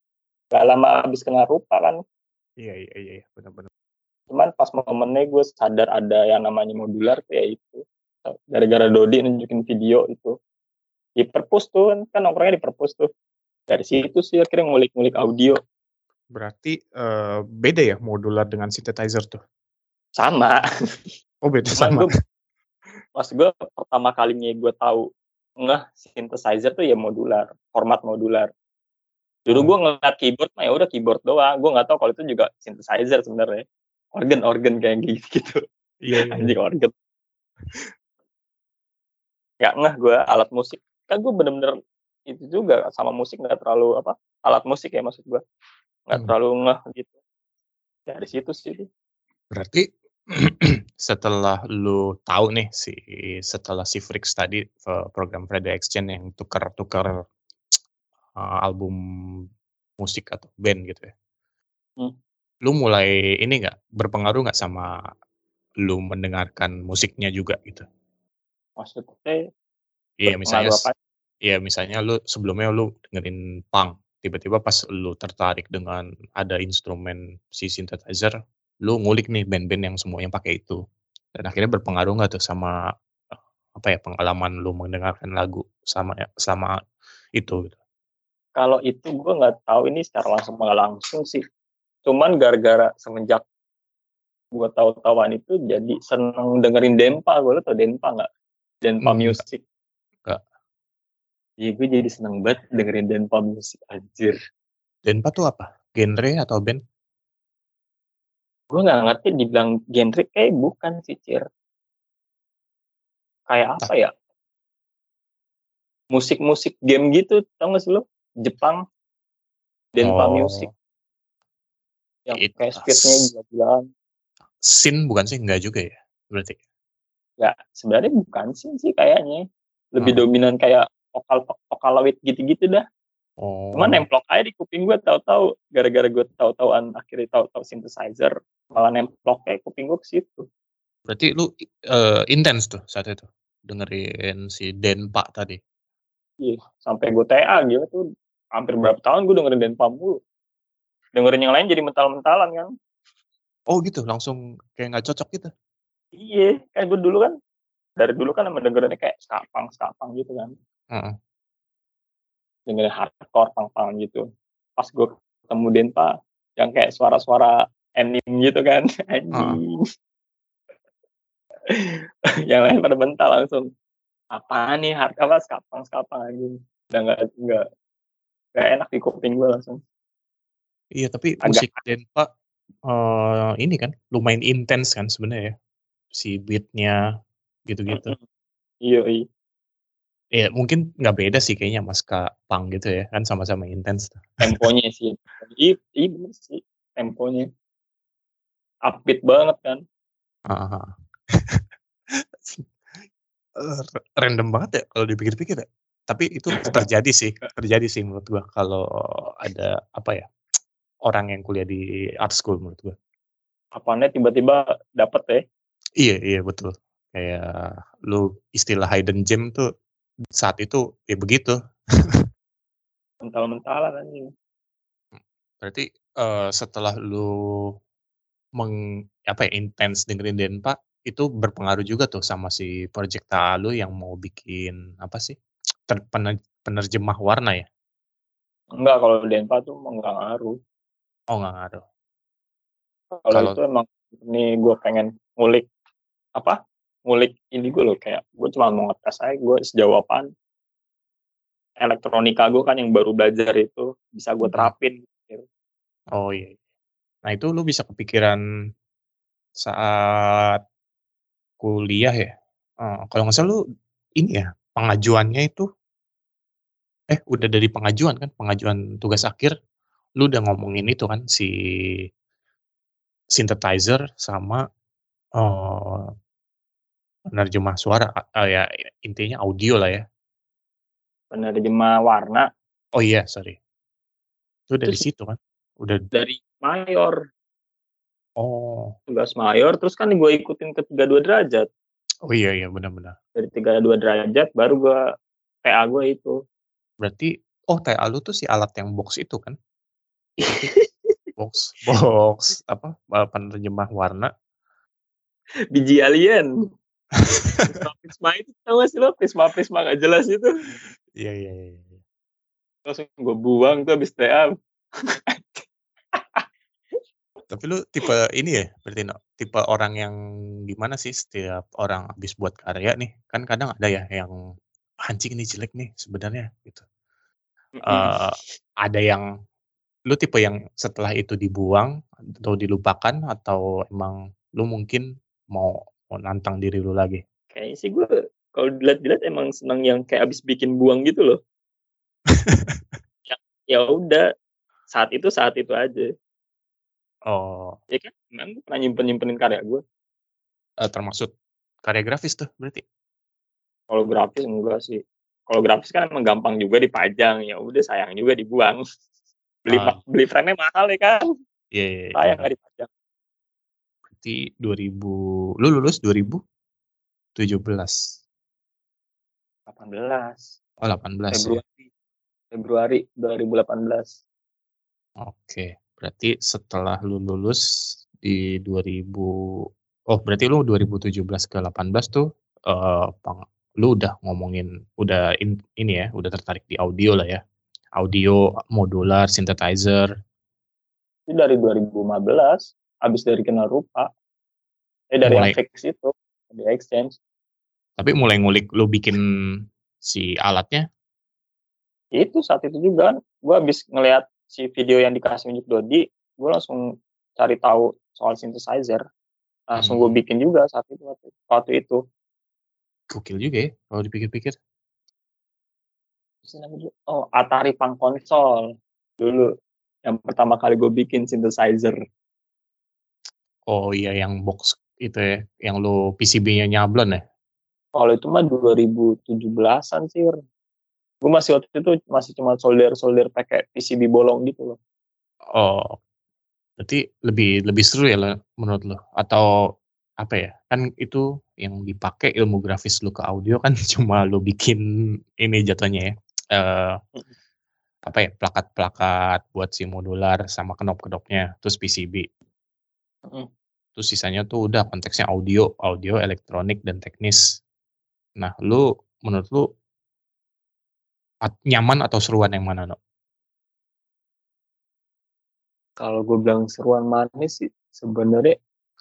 Gak lama habis kena rupa kan. Iya iya iya iya, benar-benar. Cuman pas momennya gue sadar ada yang namanya modular kayak itu. Gara-gara Dodi nunjukin video itu. Di perpus tuh kan, kan nongkrongnya di perpus tuh. Dari situ sih akhirnya ngulik-ngulik audio. Berarti eh, beda ya modular dengan synthesizer tuh? Sama. Oh beda Cuman sama. gue pas gue pertama kalinya gue tahu ngeh synthesizer tuh ya modular, format modular. Dulu Oh, gue ngeliat keyboard, nah ya udah keyboard doang. Gue nggak tahu kalau itu juga synthesizer sebenarnya. Organ-organ kayak gitu. iya iya. Anjing organ. Nggak ngeh gue alat musik. Kan gue bener-bener itu juga sama musik nggak terlalu apa alat musik ya maksud gue nggak Hmm. terlalu ngeh gitu. Dari situ sih. Berarti setelah lu tahu nih si setelah si Frix tadi eh, program Friday Exchange yang tukar-tukar uh, album musik atau band gitu ya. Hmm. Lu mulai ini nggak berpengaruh nggak sama lu mendengarkan musiknya juga gitu? Maksudnya Iya misalnya, berpengaruh apa? iya misalnya lu sebelumnya lu dengerin punk, tiba-tiba pas lu tertarik dengan ada instrumen si synthesizer, lu ngulik nih band-band yang semuanya pakai itu. Dan akhirnya berpengaruh nggak tuh sama eh, apa ya pengalaman lu mendengarkan lagu sama ya selama itu gitu. Kalau itu gue nggak tahu ini secara langsung nggak langsung sih. Cuman gara-gara semenjak gue tahu-tahuan itu jadi seneng dengerin Dempa. Gue lo tau Dempa nggak? Denpa Hmm, enggak, Music. enggak. Iya gue jadi seneng banget dengerin Denpa Music anjir. Denpa tuh apa? Genre atau band? Gue nggak ngerti dibilang genre kayak bukan sih Cir. Kayak apa ya? Musik-musik game gitu, tau gak sih lo? Jepang, Denpa Music. Oh, Yang it, kayak speednya gila-gilaan. Sin bukan sih? Enggak juga ya berarti. Ya sebenarnya bukan sih sih kayaknya. Lebih Heeh. dominan kayak vokal Vocaloid gitu-gitu dah. Cuman Oh, nemplok aja di kuping gue tahu-tahu gara-gara gue tahu-tahuan akhirnya tahu-tahu synthesizer malah nemplok kayak kuping gue ke situ. berarti lu eh, intens tuh saat itu dengerin si Denpa tadi. Iya, sampai gue T A gitu tuh hampir berapa tahun gue dengerin Denpa mulu. Dengerin yang lain jadi mental-mentalan kan. Oh gitu, langsung kayak nggak cocok gitu. Iya, kan gue dulu kan dari dulu kan emang dengerinnya kayak skapang skapang gitu kan. Heeh. Dengerin hardcore pang-pang gitu. Pas gue ketemu Denpa yang kayak suara-suara anime gitu kan. Heeh. Anjing. Yang lain pada mental langsung. Apaan nih hard apa skapang skapang anjing. Udah nggak nggak nggak enak di kuping gue langsung. Iya, tapi Agak musik Denpa eh ini kan lumayan intens kan sebenarnya ya. Si beat-nya gitu-gitu. iya iya. Ya mungkin nggak beda sih kayaknya sama ska punk gitu ya, kan sama-sama intens tuh. Temponya sih. Iya, iya bener sih. Temponya upbeat banget kan. Heeh, heeh. Eh, random banget ya kalau dipikir-pikir ya. Tapi itu terjadi sih, terjadi sih menurut gua kalau ada apa ya, orang yang kuliah di art school menurut gua. Apanya tiba-tiba dapet ya. Iya iya betul. Kayak lu istilah hidden gem tuh saat itu ya begitu. Mental-mentalan anjing. Berarti eh, setelah lu meng apa ya, intens dengerin Denpa itu berpengaruh juga tuh sama si projekta lu yang mau bikin apa sih? Ter, pener- penerjemah warna ya? Enggak, kalau Denpa tuh emang nggak ngaruh. Oh nggak ngaruh. Kalau Kalau itu emang ini gue pengen ngulik apa? Ngulik ini gue loh kayak gue cuma mau ngetes aja gue sejauh apaan elektronika gue kan yang baru belajar itu bisa gue Mm. terapin. Gitu. Oh iya. Nah itu lu bisa kepikiran saat kuliah ya? Eh, kalau nggak salah lu ini ya pengajuannya itu eh udah dari pengajuan kan pengajuan tugas akhir lu udah ngomongin itu kan si synthesizer sama eh penerjemah suara ah, ya intinya audio lah ya. Penerjemah warna Oh iya sorry itu itu dari situ kan udah. dari mayor Oh tugas mayor terus kan gue ikutin ke tiga puluh dua derajat oh iya iya benar-benar dari tiga puluh dua derajat baru gue P A gue itu berarti oh T A lu tuh si alat yang box itu kan berarti box box apa eh, penerjemah warna. biji alien Prisma Prisma itu tau gak sih lo Prisma Prisma gak jelas itu Iya iya iya iya. langsung gue buang tuh habis T A. Tapi lu tipe ini ya berarti no? Tipe orang yang gimana sih setiap orang habis buat karya nih kan kadang ada ya yang anjing ini jelek nih sebenarnya gitu. Eh ada yang lu tipe yang setelah itu dibuang atau dilupakan atau emang lu mungkin mau mau nantang diri lu lagi? Kayaknya sih gue kalau dilihat-dilihat emang senang yang kayak abis bikin buang gitu loh. Yang ya udah saat itu saat itu aja. Oh, Ya kan, emang gue pernah nyimpen nyimpenin karya gue. eh, termasuk karya grafis tuh berarti? Kalau grafis enggak sih. Kalau grafis kan emang gampang juga dipajang. Ya udah sayang juga dibuang. Beli Ah, beli frame-nya mahal ya kan. iya, iya, iya, Sayang benar. nggak dipajang. Berarti dua ribu lu lulus dua ribu tujuh belas. delapan belas Oh, delapan belas ya. Februari Februari dua ribu delapan belas. Oke, berarti setelah lu lulus di dua ribu oh berarti lu dua ribu tujuh belas ke delapan belas tuh eh pang- lu udah ngomongin udah in- ini ya, udah tertarik di audio lah ya. Audio, modular, synthesizer. Itu dari dua ribu lima belas. Habis dari kenal rupa. Eh dari yang Mulai fix itu. Di exchange. tapi mulai ngulik lu bikin si alatnya. Itu saat itu juga kan gue habis ngelihat si video yang dikasih unjuk Dodi gue langsung cari tahu soal synthesizer langsung gue Hmm, bikin juga saat itu waktu, waktu itu gokil juga ya kalau dipikir-pikir. oh Atari Fun Console dulu yang pertama kali gue bikin synthesizer Oh iya yang box itu ya, yang lu P C B-nya nyablon ya? Kalau itu mah dua ribu tujuh belasan sih. Gue masih waktu itu masih cuma solder-solder pakai P C B bolong gitu loh. Oh, berarti lebih lebih seru ya lo, menurut lo? Atau apa ya? Kan itu yang dipakai ilmu grafis lu ke audio kan cuma lu bikin ini jatuhnya ya. Eh Mm. apa ya? Plakat-plakat buat si modular sama knop-knopnya, terus P C B. Mm. Terus sisanya tuh udah konteksnya audio, audio, elektronik dan teknis. Nah, lu menurut lu at- nyaman atau seruan yang mana, no? Kalau gue bilang seruan manis sih sebenarnya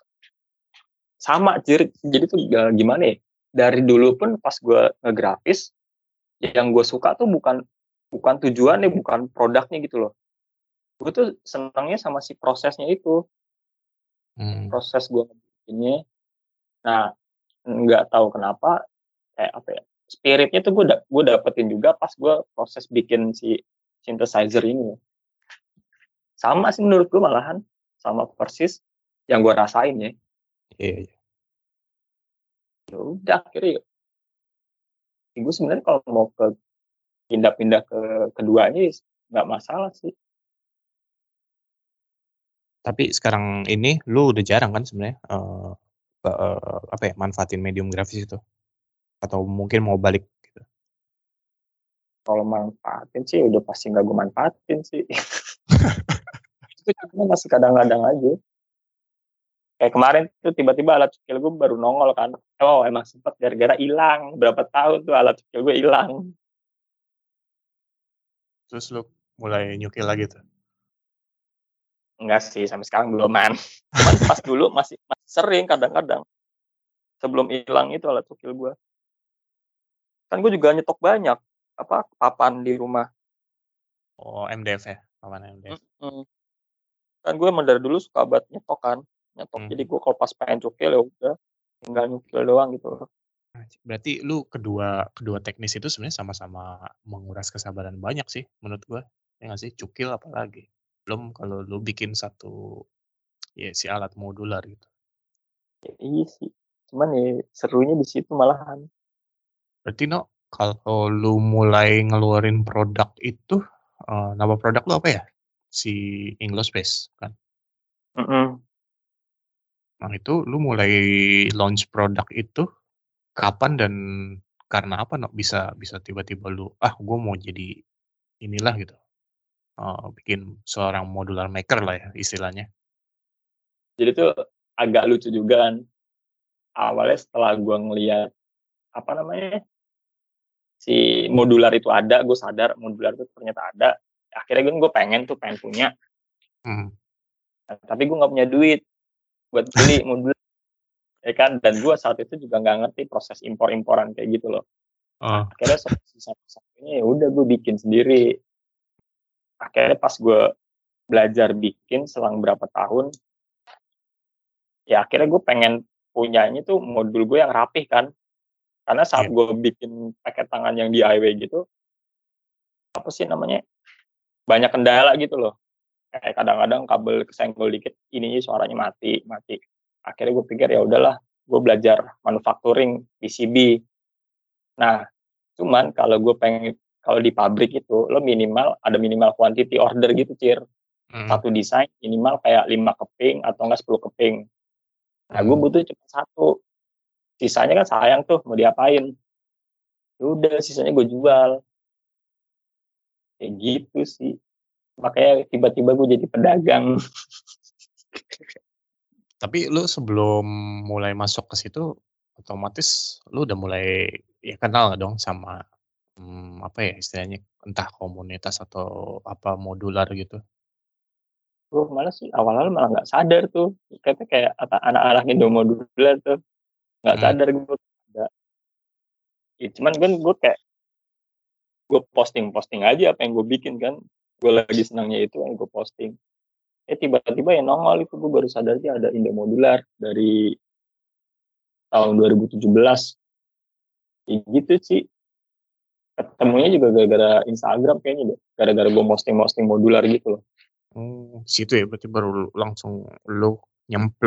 sama Jir. Jadi tuh ya gimana ya? Dari dulu pun pas gue ngegrafis, yang gue suka tuh bukan bukan tujuannya, bukan produknya gitu loh. Gue tuh senangnya sama si prosesnya itu, Hmm. proses gue bikinnya. Nah, nggak tahu kenapa kayak apa ya? Spiritnya tuh gue da gue dapetin juga pas gue proses bikin si synthesizer ini. Sama sih menurut gue malahan, sama persis yang gue rasain ya. Iya, iya. Ya udah akhirnya ya, gue sebenarnya kalau mau ke pindah-pindah ke keduanya ya nggak masalah sih. Tapi sekarang ini lu udah jarang kan sebenarnya eh eh, apa ya, manfaatin medium grafis itu? Atau mungkin mau balik gitu? Kalau manfaatin sih udah pasti nggak gue manfaatin sih. Itu cuma masih kadang-kadang aja. Kayak kemarin tuh tiba-tiba alat cukil gue baru nongol kan. Oh emang sempet gara-gara hilang. Berapa tahun tuh alat cukil gue hilang. Terus lu mulai nyukil lagi tuh? Enggak sih, sampai sekarang beluman. Cuman pas dulu masih, masih sering kadang-kadang. Sebelum hilang itu alat cukil gue. Kan gue juga nyetok banyak. Apa, papan di rumah. Oh, M D F ya? Papan M D F. Mm-mm. Kan gue emang dari dulu suka banget nyetok kan. Nyetok, Hmm. jadi gue kalau pas pengen cukil ya udah. Tinggal nyukil doang gitu loh. Berarti lu kedua kedua teknis itu sebenarnya sama-sama menguras kesabaran banyak sih menurut gua. Ya nggak sih? Cukil apalagi. Belum kalau lu bikin satu ya si alat modular gitu. Ya, iya sih. Cuman ya serunya di situ malahan. Berarti no, kalau lu mulai ngeluarin produk itu, eh, nama produk lu apa ya? Si English Space kan. Mm-mm. Nah itu lu mulai launch produk itu kapan dan karena apa no bisa bisa tiba-tiba lu ah gue mau jadi inilah gitu. Eh, bikin seorang modular maker lah ya istilahnya. Jadi tuh agak lucu juga kan. Awalnya setelah gue ngeliat apa namanya si modular itu ada, gue sadar modular itu ternyata ada. Akhirnya gue gue pengen tuh pengen punya, Hmm. nah, tapi gue nggak punya duit buat beli modular, ya kan. Dan gue saat itu juga nggak ngerti proses impor-imporan kayak gitu loh. Oh, Akhirnya solusi satu-satunya ya udah gue bikin sendiri. Akhirnya pas gue belajar bikin selang berapa tahun, ya akhirnya gue pengen punyanya tuh modul gue yang rapih kan. Karena saat iya. gue bikin pakai tangan yang D I Y gitu, apa sih namanya, banyak kendala gitu loh. Kayak kadang-kadang kabel kesenggol dikit, ininya suaranya mati, mati. Akhirnya gue pikir ya udahlah, gue belajar manufacturing P C B. Nah, cuman kalau gue pengen kalau di pabrik itu lo minimal ada minimal quantity order gitu, Cir. Hmm. Satu desain minimal kayak lima keping atau enggak sepuluh keping. Nah, gue Hmm. butuh cuma satu. Sisanya kan sayang tuh, mau diapain? Ya udah, sisanya gue jual. Kayak gitu sih. Makanya tiba-tiba gue jadi pedagang. Tapi lu sebelum mulai masuk ke situ, otomatis lu udah mulai ya kenal nggak dong sama hmm, apa ya istilahnya entah komunitas atau apa modular gitu. Gue malah sih awal-awal malah nggak sadar tuh. Kayaknya kayak apa, anak-anak Indo modular tuh. Nggak Hmm. sadar gue. Nggak. Ya, cuman kan gue kayak gue posting-posting aja apa yang gue bikin kan. Gue lagi senangnya itu yang gue posting. Eh tiba-tiba yang nongol itu gue baru sadar sih ada Indo modular dari tahun dua ribu tujuh belas. Ya, gitu sih. Ketemunya juga gara-gara Instagram kayaknya deh. Gara-gara gue posting-posting modular gitu loh. Oh, situ ya berarti baru langsung lu nyemplung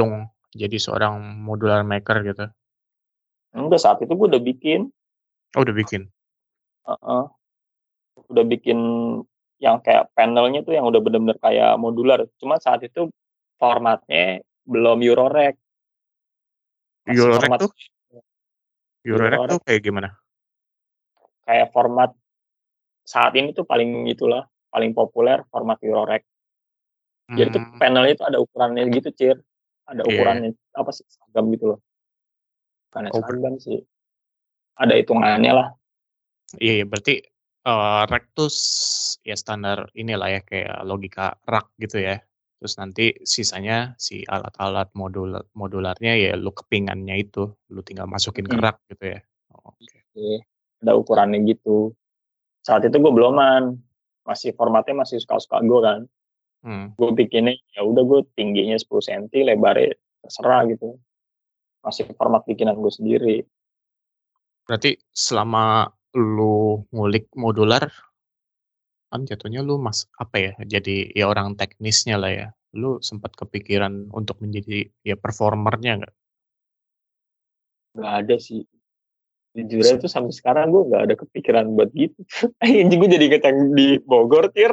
jadi seorang modular maker gitu? Enggak, saat itu gue udah bikin. Oh, udah bikin? Heeh. Udah bikin yang kayak panelnya tuh yang udah bener-bener kayak modular. Cuma saat itu formatnya belum Eurorack. Masih Eurorack format tuh? Eurorack tuh Eurorack kayak gimana? kayak format saat ini tuh paling itulah, paling populer format Eurorack. Jadi tuh Mmm. panelnya itu ada ukurannya gitu, Cir. Ada Iya. ukurannya, apa sih, seragam gitu loh. Bukannya Oh, ber seragam sih, ada hitungannya lah. Iya, berarti, eee, rack tuh s ya standar inilah ya, kayak logika rak gitu ya. Terus nanti sisanya si alat-alat modul modularnya ya lu kepingannya itu, lu tinggal masukin ke Mhm. rak gitu ya? Oke. Iya, ada ukurannya gitu. Saat itu gue beloman, masih formatnya masih suka-suka gue kan. Mmm. Gue bikinnya ya udah gue tingginya sepuluh senti, lebarnya terserah gitu. Masih format bikinan gue sendiri. Berarti selama lu ngulik modular, kan jatuhnya lu mas apa ya, jadi ya orang teknisnya lah ya. Lu sempet kepikiran untuk menjadi ya performer-nya nggak? Nggak ada sih. Jujur Sep aja tuh sampai sekarang gue nggak ada kepikiran buat gitu. Anjing, gue jadi inget yang di Bogor, Cir.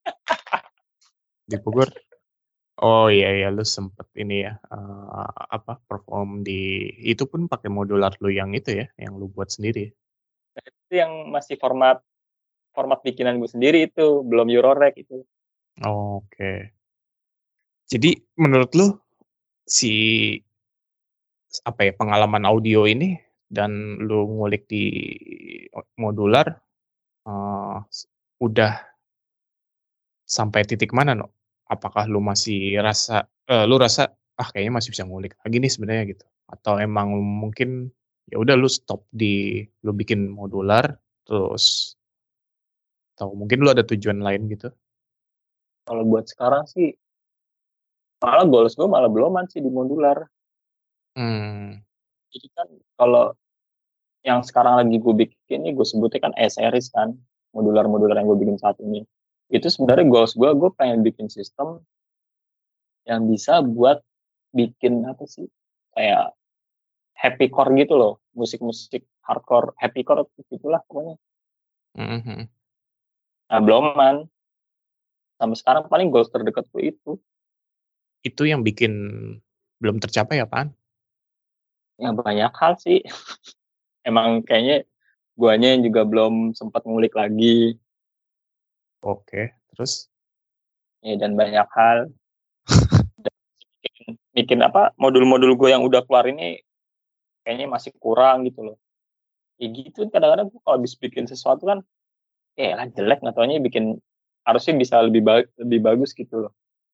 Di Bogor? Oh, iya iya, lu sempet ini ya, eee, apa, perform di itu pun pakai modular lu yang itu ya, yang lu buat sendiri? Nah, itu yang masih format format bikinan gue sendiri itu, belum Eurorack itu. Oke. Jadi menurut lu, si apa ya, pengalaman audio ini dan lu ngulik di o modular, eee, s udah sampai titik mana, No? Apakah lu masih rasa eee, lu rasa, "Ah, kayaknya masih bisa ngulik lagi nih sebenarnya," gitu? Atau emang mungkin ya udah lu stop di lu bikin modular, terus atau mungkin lu ada tujuan lain gitu? Kalau buat sekarang sih malah goals gue malah beloman sih di modular. Mmm. Jadi kan kalau yang sekarang lagi gue bikin nih, gue sebutnya kan E-series kan, modular-modular yang gue bikin saat ini. Itu sebenarnya goals gue, gue pengen bikin sistem yang bisa buat bikin apa sih, kayak happycore gitu loh, musik-musik hardcore, happycore gitulah pokoknya. Mhm mhm. Nah, beloman. Sampai sekarang paling goals terdekat gue itu. Itu yang bikin belum tercapai apaan? Ya banyak hal sih. Emang kayaknya guanya yang juga belum sempat ngulik lagi. Oke, terus? Ya dan banyak hal. Bikin, bikin apa, modul-modul gue yang udah keluar ini kayaknya masih kurang gitu loh. Ya gitu kadang-kadang gue kalau habis bikin sesuatu kan, ya elah jelek, nggak taunya bikin harusnya bisa lebih ba lebih bagus gitu loh.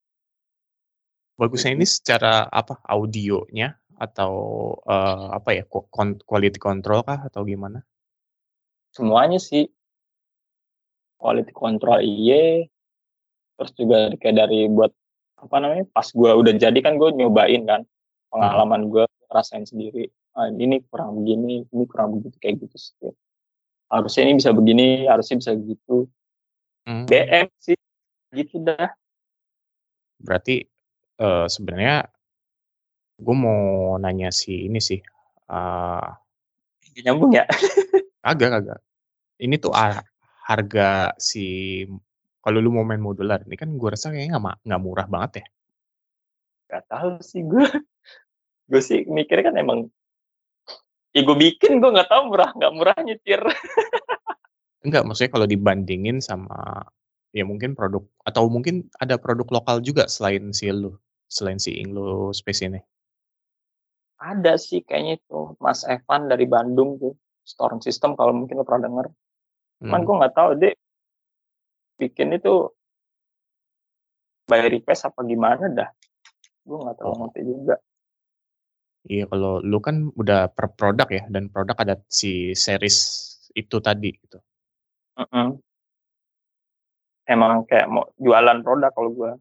Bagusnya ini Gitu. secara apa, audionya atau, eee, apa ya, ko kon quality control kah atau gimana? Semuanya sih. Quality control iye, terus juga kayak dari buat apa namanya, pas gue udah jadi kan gue nyobain kan, Mhm. pengalaman gue rasain sendiri, ah, ini kurang begini, ini kurang begitu, kayak gitu sih. Harusnya ini bisa begini, harusnya bisa gitu. Mmm. D M sih, gitu dah. Berarti, eee, sebenarnya gue mau nanya si ini sih, eee Nggak nyambung ya? kagak kagak. Ini tuh a harga si kalau lu mau main modular ini kan gue rasa kayaknya nggak ma nggak murah banget ya? Nggak tahu sih gue. Gue sih mikirnya kan emang, ya gue bikin, gue nggak tahu murah nggak murahnya, Cir. Enggak, maksudnya kalau dibandingin sama ya mungkin produk atau mungkin ada produk lokal juga selain si lu, selain si Inglo Space ini? Ada sih kayaknya itu, Mas Evan dari Bandung tuh, Storm System kalau mungkin lo pernah denger. Cuman Mhm. gue nggak tahu deh, bikin itu by request apa gimana dah, gue nggak terlalu Oh, ngerti juga. iya kalau lu kan udah per produk ya dan produk ada si series itu tadi gitu. Mhm. Emang kayak mau jualan produk kalau gue.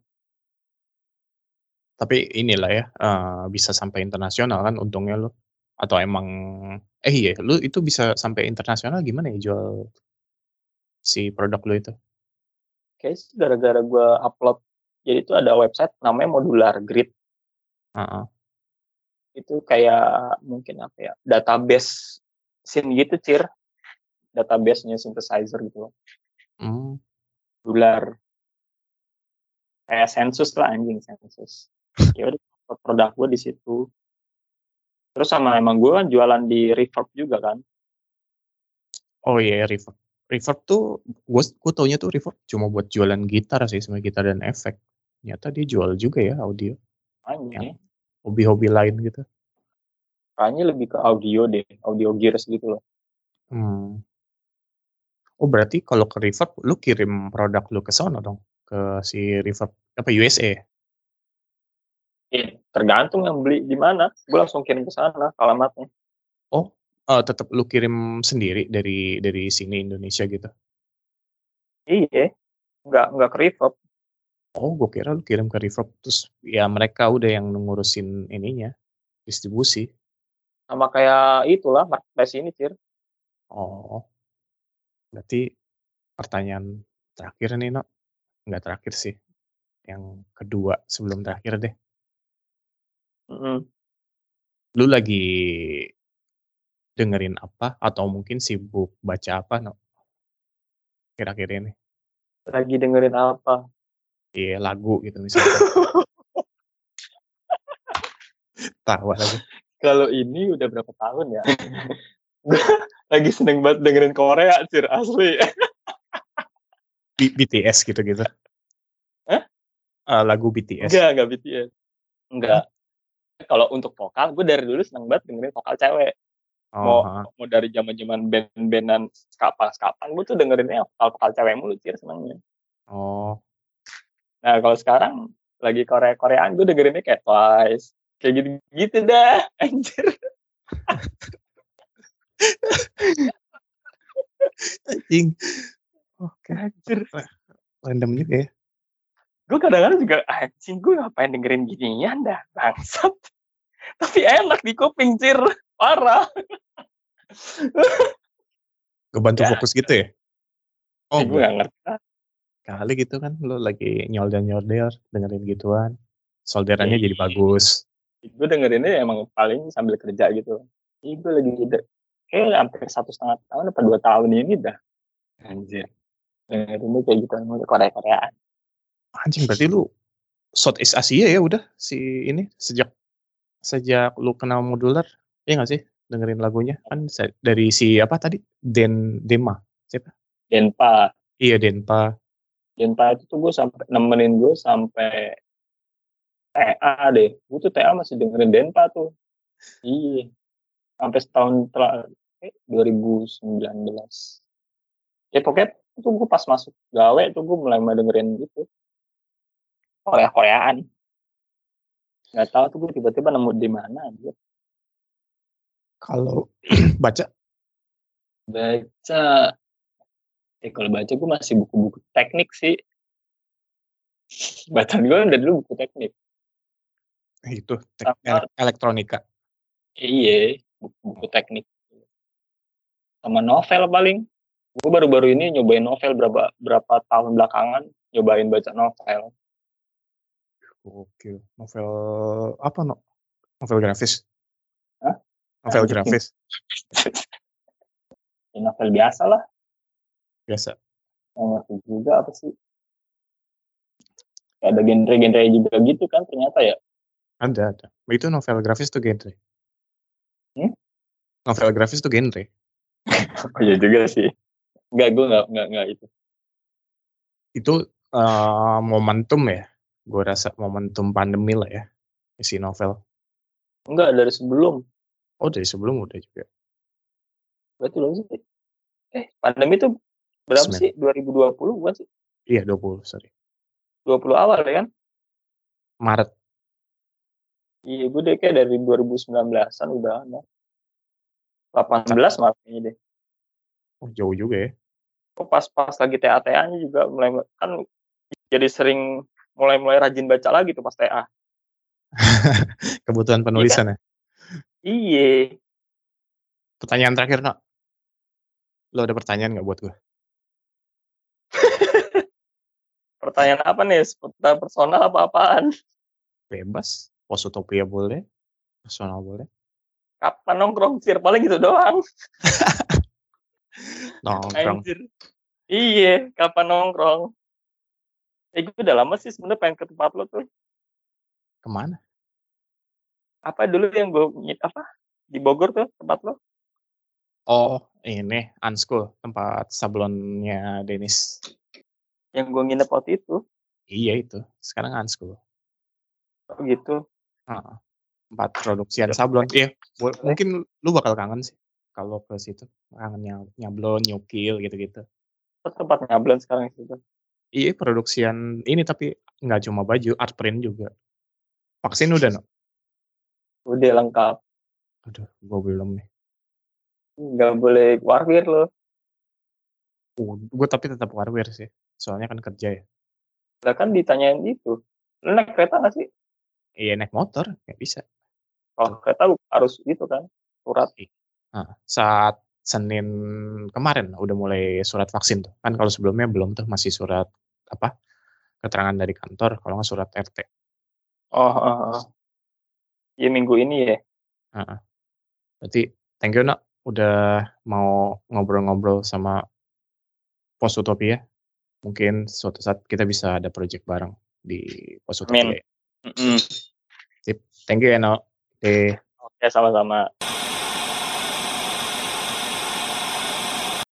Tapi inilah ya, eee, bisa sampai internasional kan untungnya lu? Atau emang eh, iya, lu itu bisa sampai internasional gimana ya jual si produk lu itu? Kayaknya sih gara-gara gue upload, jadi itu ada website namanya Modular Grid. Heeh. Itu kayak mungkin apa ya, database scene gitu, Cir. Database-nya synthesizer gitu loh. Hmm. Dolar. Kayak sensus lah anjing, sensus. Ya udah produk gue di situ. Terus sama emang gue kan jualan di Reverb juga kan. Oh iya, reverb. Reverb tuh, gue gue taunya tuh reverb cuma buat jualan gitar sih, sama gitar dan efek. Ternyata dia jual juga ya audio. Makanya, Yang hobi-hobi lain gitu. kayaknya lebih ke audio deh, audio gears gitu loh. Hmm. Oh berarti kalau ke reverb, lu kirim produk lu ke sono dong? Ke si reverb, apa U S A? Eh, tergantung yang beli di mana. Gue langsung kirim ke sana alamatnya. Oh, eh, tetap lu kirim sendiri dari dari sini Indonesia gitu? Iya, nggak nggak ke Reverb. Oh, gue kira lu kirim ke reverb, terus ya mereka udah yang ngurusin ininya, distribusi. Sama kayak itulah marketplace ini, Cir. Oh, berarti pertanyaan terakhir nih, no. Nggak terakhir sih, yang kedua sebelum terakhir deh. Mm-mm. Lu lagi dengerin apa atau mungkin sibuk baca apa, no? Kira-kira ini. Lagi dengerin apa? Iya, lagu gitu misalkan. Tawa lagi. Kalau ini udah berapa tahun ya? Gue lagi seneng banget dengerin Korea, Cir, asli. B- BTS gitu-gitu. Hah? Eh, lagu B T S. Enggak, enggak B T S. Hah? Enggak. Kalau untuk vokal, gue dari dulu seneng banget dengerin vokal cewek. Oh, Mau ha. mau dari zaman-zaman band-bandan kapan-kapan, gue tuh dengerinnya vokal-vokal cewek mulu, Cir, senengnya. Oh, Nah, kalau sekarang lagi Korea-Koreaan, gue dengerinnya kayak Twice. Kayak gitu-gitu dah, anjir. anjing. Oke. Anjir. Random juga ya. Gue kadang-kadang juga, anjing, gue ngapain dengerin ginian dah, bangsat. Tapi enak di kuping, Cir. Parah. Kebantu Ya, fokus gitu ya? Oh, eh, gue enggak. gak ngerti. Kali gitu kan, lu lagi nyolder-nyolder, dengerin gituan. Ya, Solderannya jadi bagus. gue dengerinnya emang paling sambil kerja gitu. Ini gue lagi de- kayak hampir satu setengah tahun atau dua tahun ini dah. Anjir. Dengerinnya kayak gitu, Korea-Koreaan. Anjing, berarti lu Southeast Asia ya udah si ini sejak sejak lu kenal modular, ya nggak sih dengerin lagunya kan sa- dari si apa tadi Den Dema siapa? Denpa. Iya Denpa. Denpa itu tuh gue sampai nemenin gue sampai T A deh. Gue tuh T A masih dengerin Denpa tuh. Iya. Sampai setahun terakhir. Eh, dua ribu sembilan belas. Ya pokoknya itu gue pas masuk gawe tuh gue mulai mulai dengerin gitu. Korea-Koreaan. Gak tahu tuh gue tiba-tiba nemu di mana gitu. Kalau baca Baca. Eh kalau baca gue masih buku-buku teknik sih. Bacaan gue dari dulu buku teknik. itu tek- Sama elek- elektronika. iya, buku-buku teknik. Sama novel paling. Gue baru-baru ini nyobain novel berapa berapa tahun belakangan. Nyobain baca novel. Oke, novel apa no? Novel grafis. Hah? Novel Anjing. grafis Ya, novel biasa lah. biasa. Nggak ngerti juga apa sih. Ada genre-genre juga gitu kan ternyata ya. Ada ada. Itu novel grafis tuh genre. Hmm? Novel grafis tuh genre. Oh iya juga sih. Enggak, gue enggak, enggak, enggak itu. Itu eh, momentum ya. Gue rasa momentum pandemi lah ya isi novel. Enggak, dari sebelum. Oh dari sebelum udah juga. Berarti belum sih. Eh, pandemi itu berapa Semen. sih? dua ribu dua puluh bukan sih? Iya dua puluh sorry. dua puluh awal ya kan? Maret. Iya, gue deh kayak dari dua ribu sembilan belasan udah ada. delapan belas malah kayaknya deh. Oh jauh juga ya. Gue pas-pas lagi T A T A-nya juga mulai kan jadi sering mulai-mulai rajin baca lagi tuh pas T A. Kebutuhan Iya kan? penulisan ya. Iya. Pertanyaan terakhir no. Lo ada pertanyaan nggak buat gue? Pertanyaan apa nih? Seputar personal apa-apaan? Bebas. Posutopia boleh. personal boleh. Kapan nongkrong sih? Paling gitu doang. Nongkrong. Anjir. Iya, kapan nongkrong? Eh, gue udah lama sih sebenarnya pengen ke tempat lo tuh. Kemana? Apa dulu yang gue apa di Bogor tuh tempat lo? Oh, ini Unschool, tempat sablonnya Dennis. Yang gue nginep waktu itu. Iya itu, sekarang Unschool. Oh gitu. Heeh. Tempat produksian sablon. Iya, bu- mungkin lu bakal kangen sih kalau ke situ. Kangen ny- nyablon, nyukil gitu-gitu. Terus tempat nyablon sekarang itu. Iya, produksian ini tapi nggak cuma baju, art print juga. Vaksin udah, no? Udah lengkap. Aduh, gua belum nih. Nggak boleh warwir lo. Uh, gue tapi tetap warwear sih. Soalnya kan kerja ya. Lah kan ditanyain itu. Lo naik kereta nggak sih? Iya, naik motor nggak bisa. Oh, kereta harus gitu kan. Surat. Nah, saat Senin kemarin udah mulai surat vaksin tuh. Kan kalau sebelumnya belum tuh, masih surat apa? Keterangan dari kantor, kalau nggak surat R T. Oh, oh, oh. Iya minggu ini ya. Heeh. Berarti thank you, Nak, udah mau ngobrol-ngobrol sama Pos Utopia. Mungkin suatu saat kita bisa ada project bareng di Pos Utopia. Amin. Mm-mm. Sip. Thank you ya, Nak. Oke. Oke, sama-sama.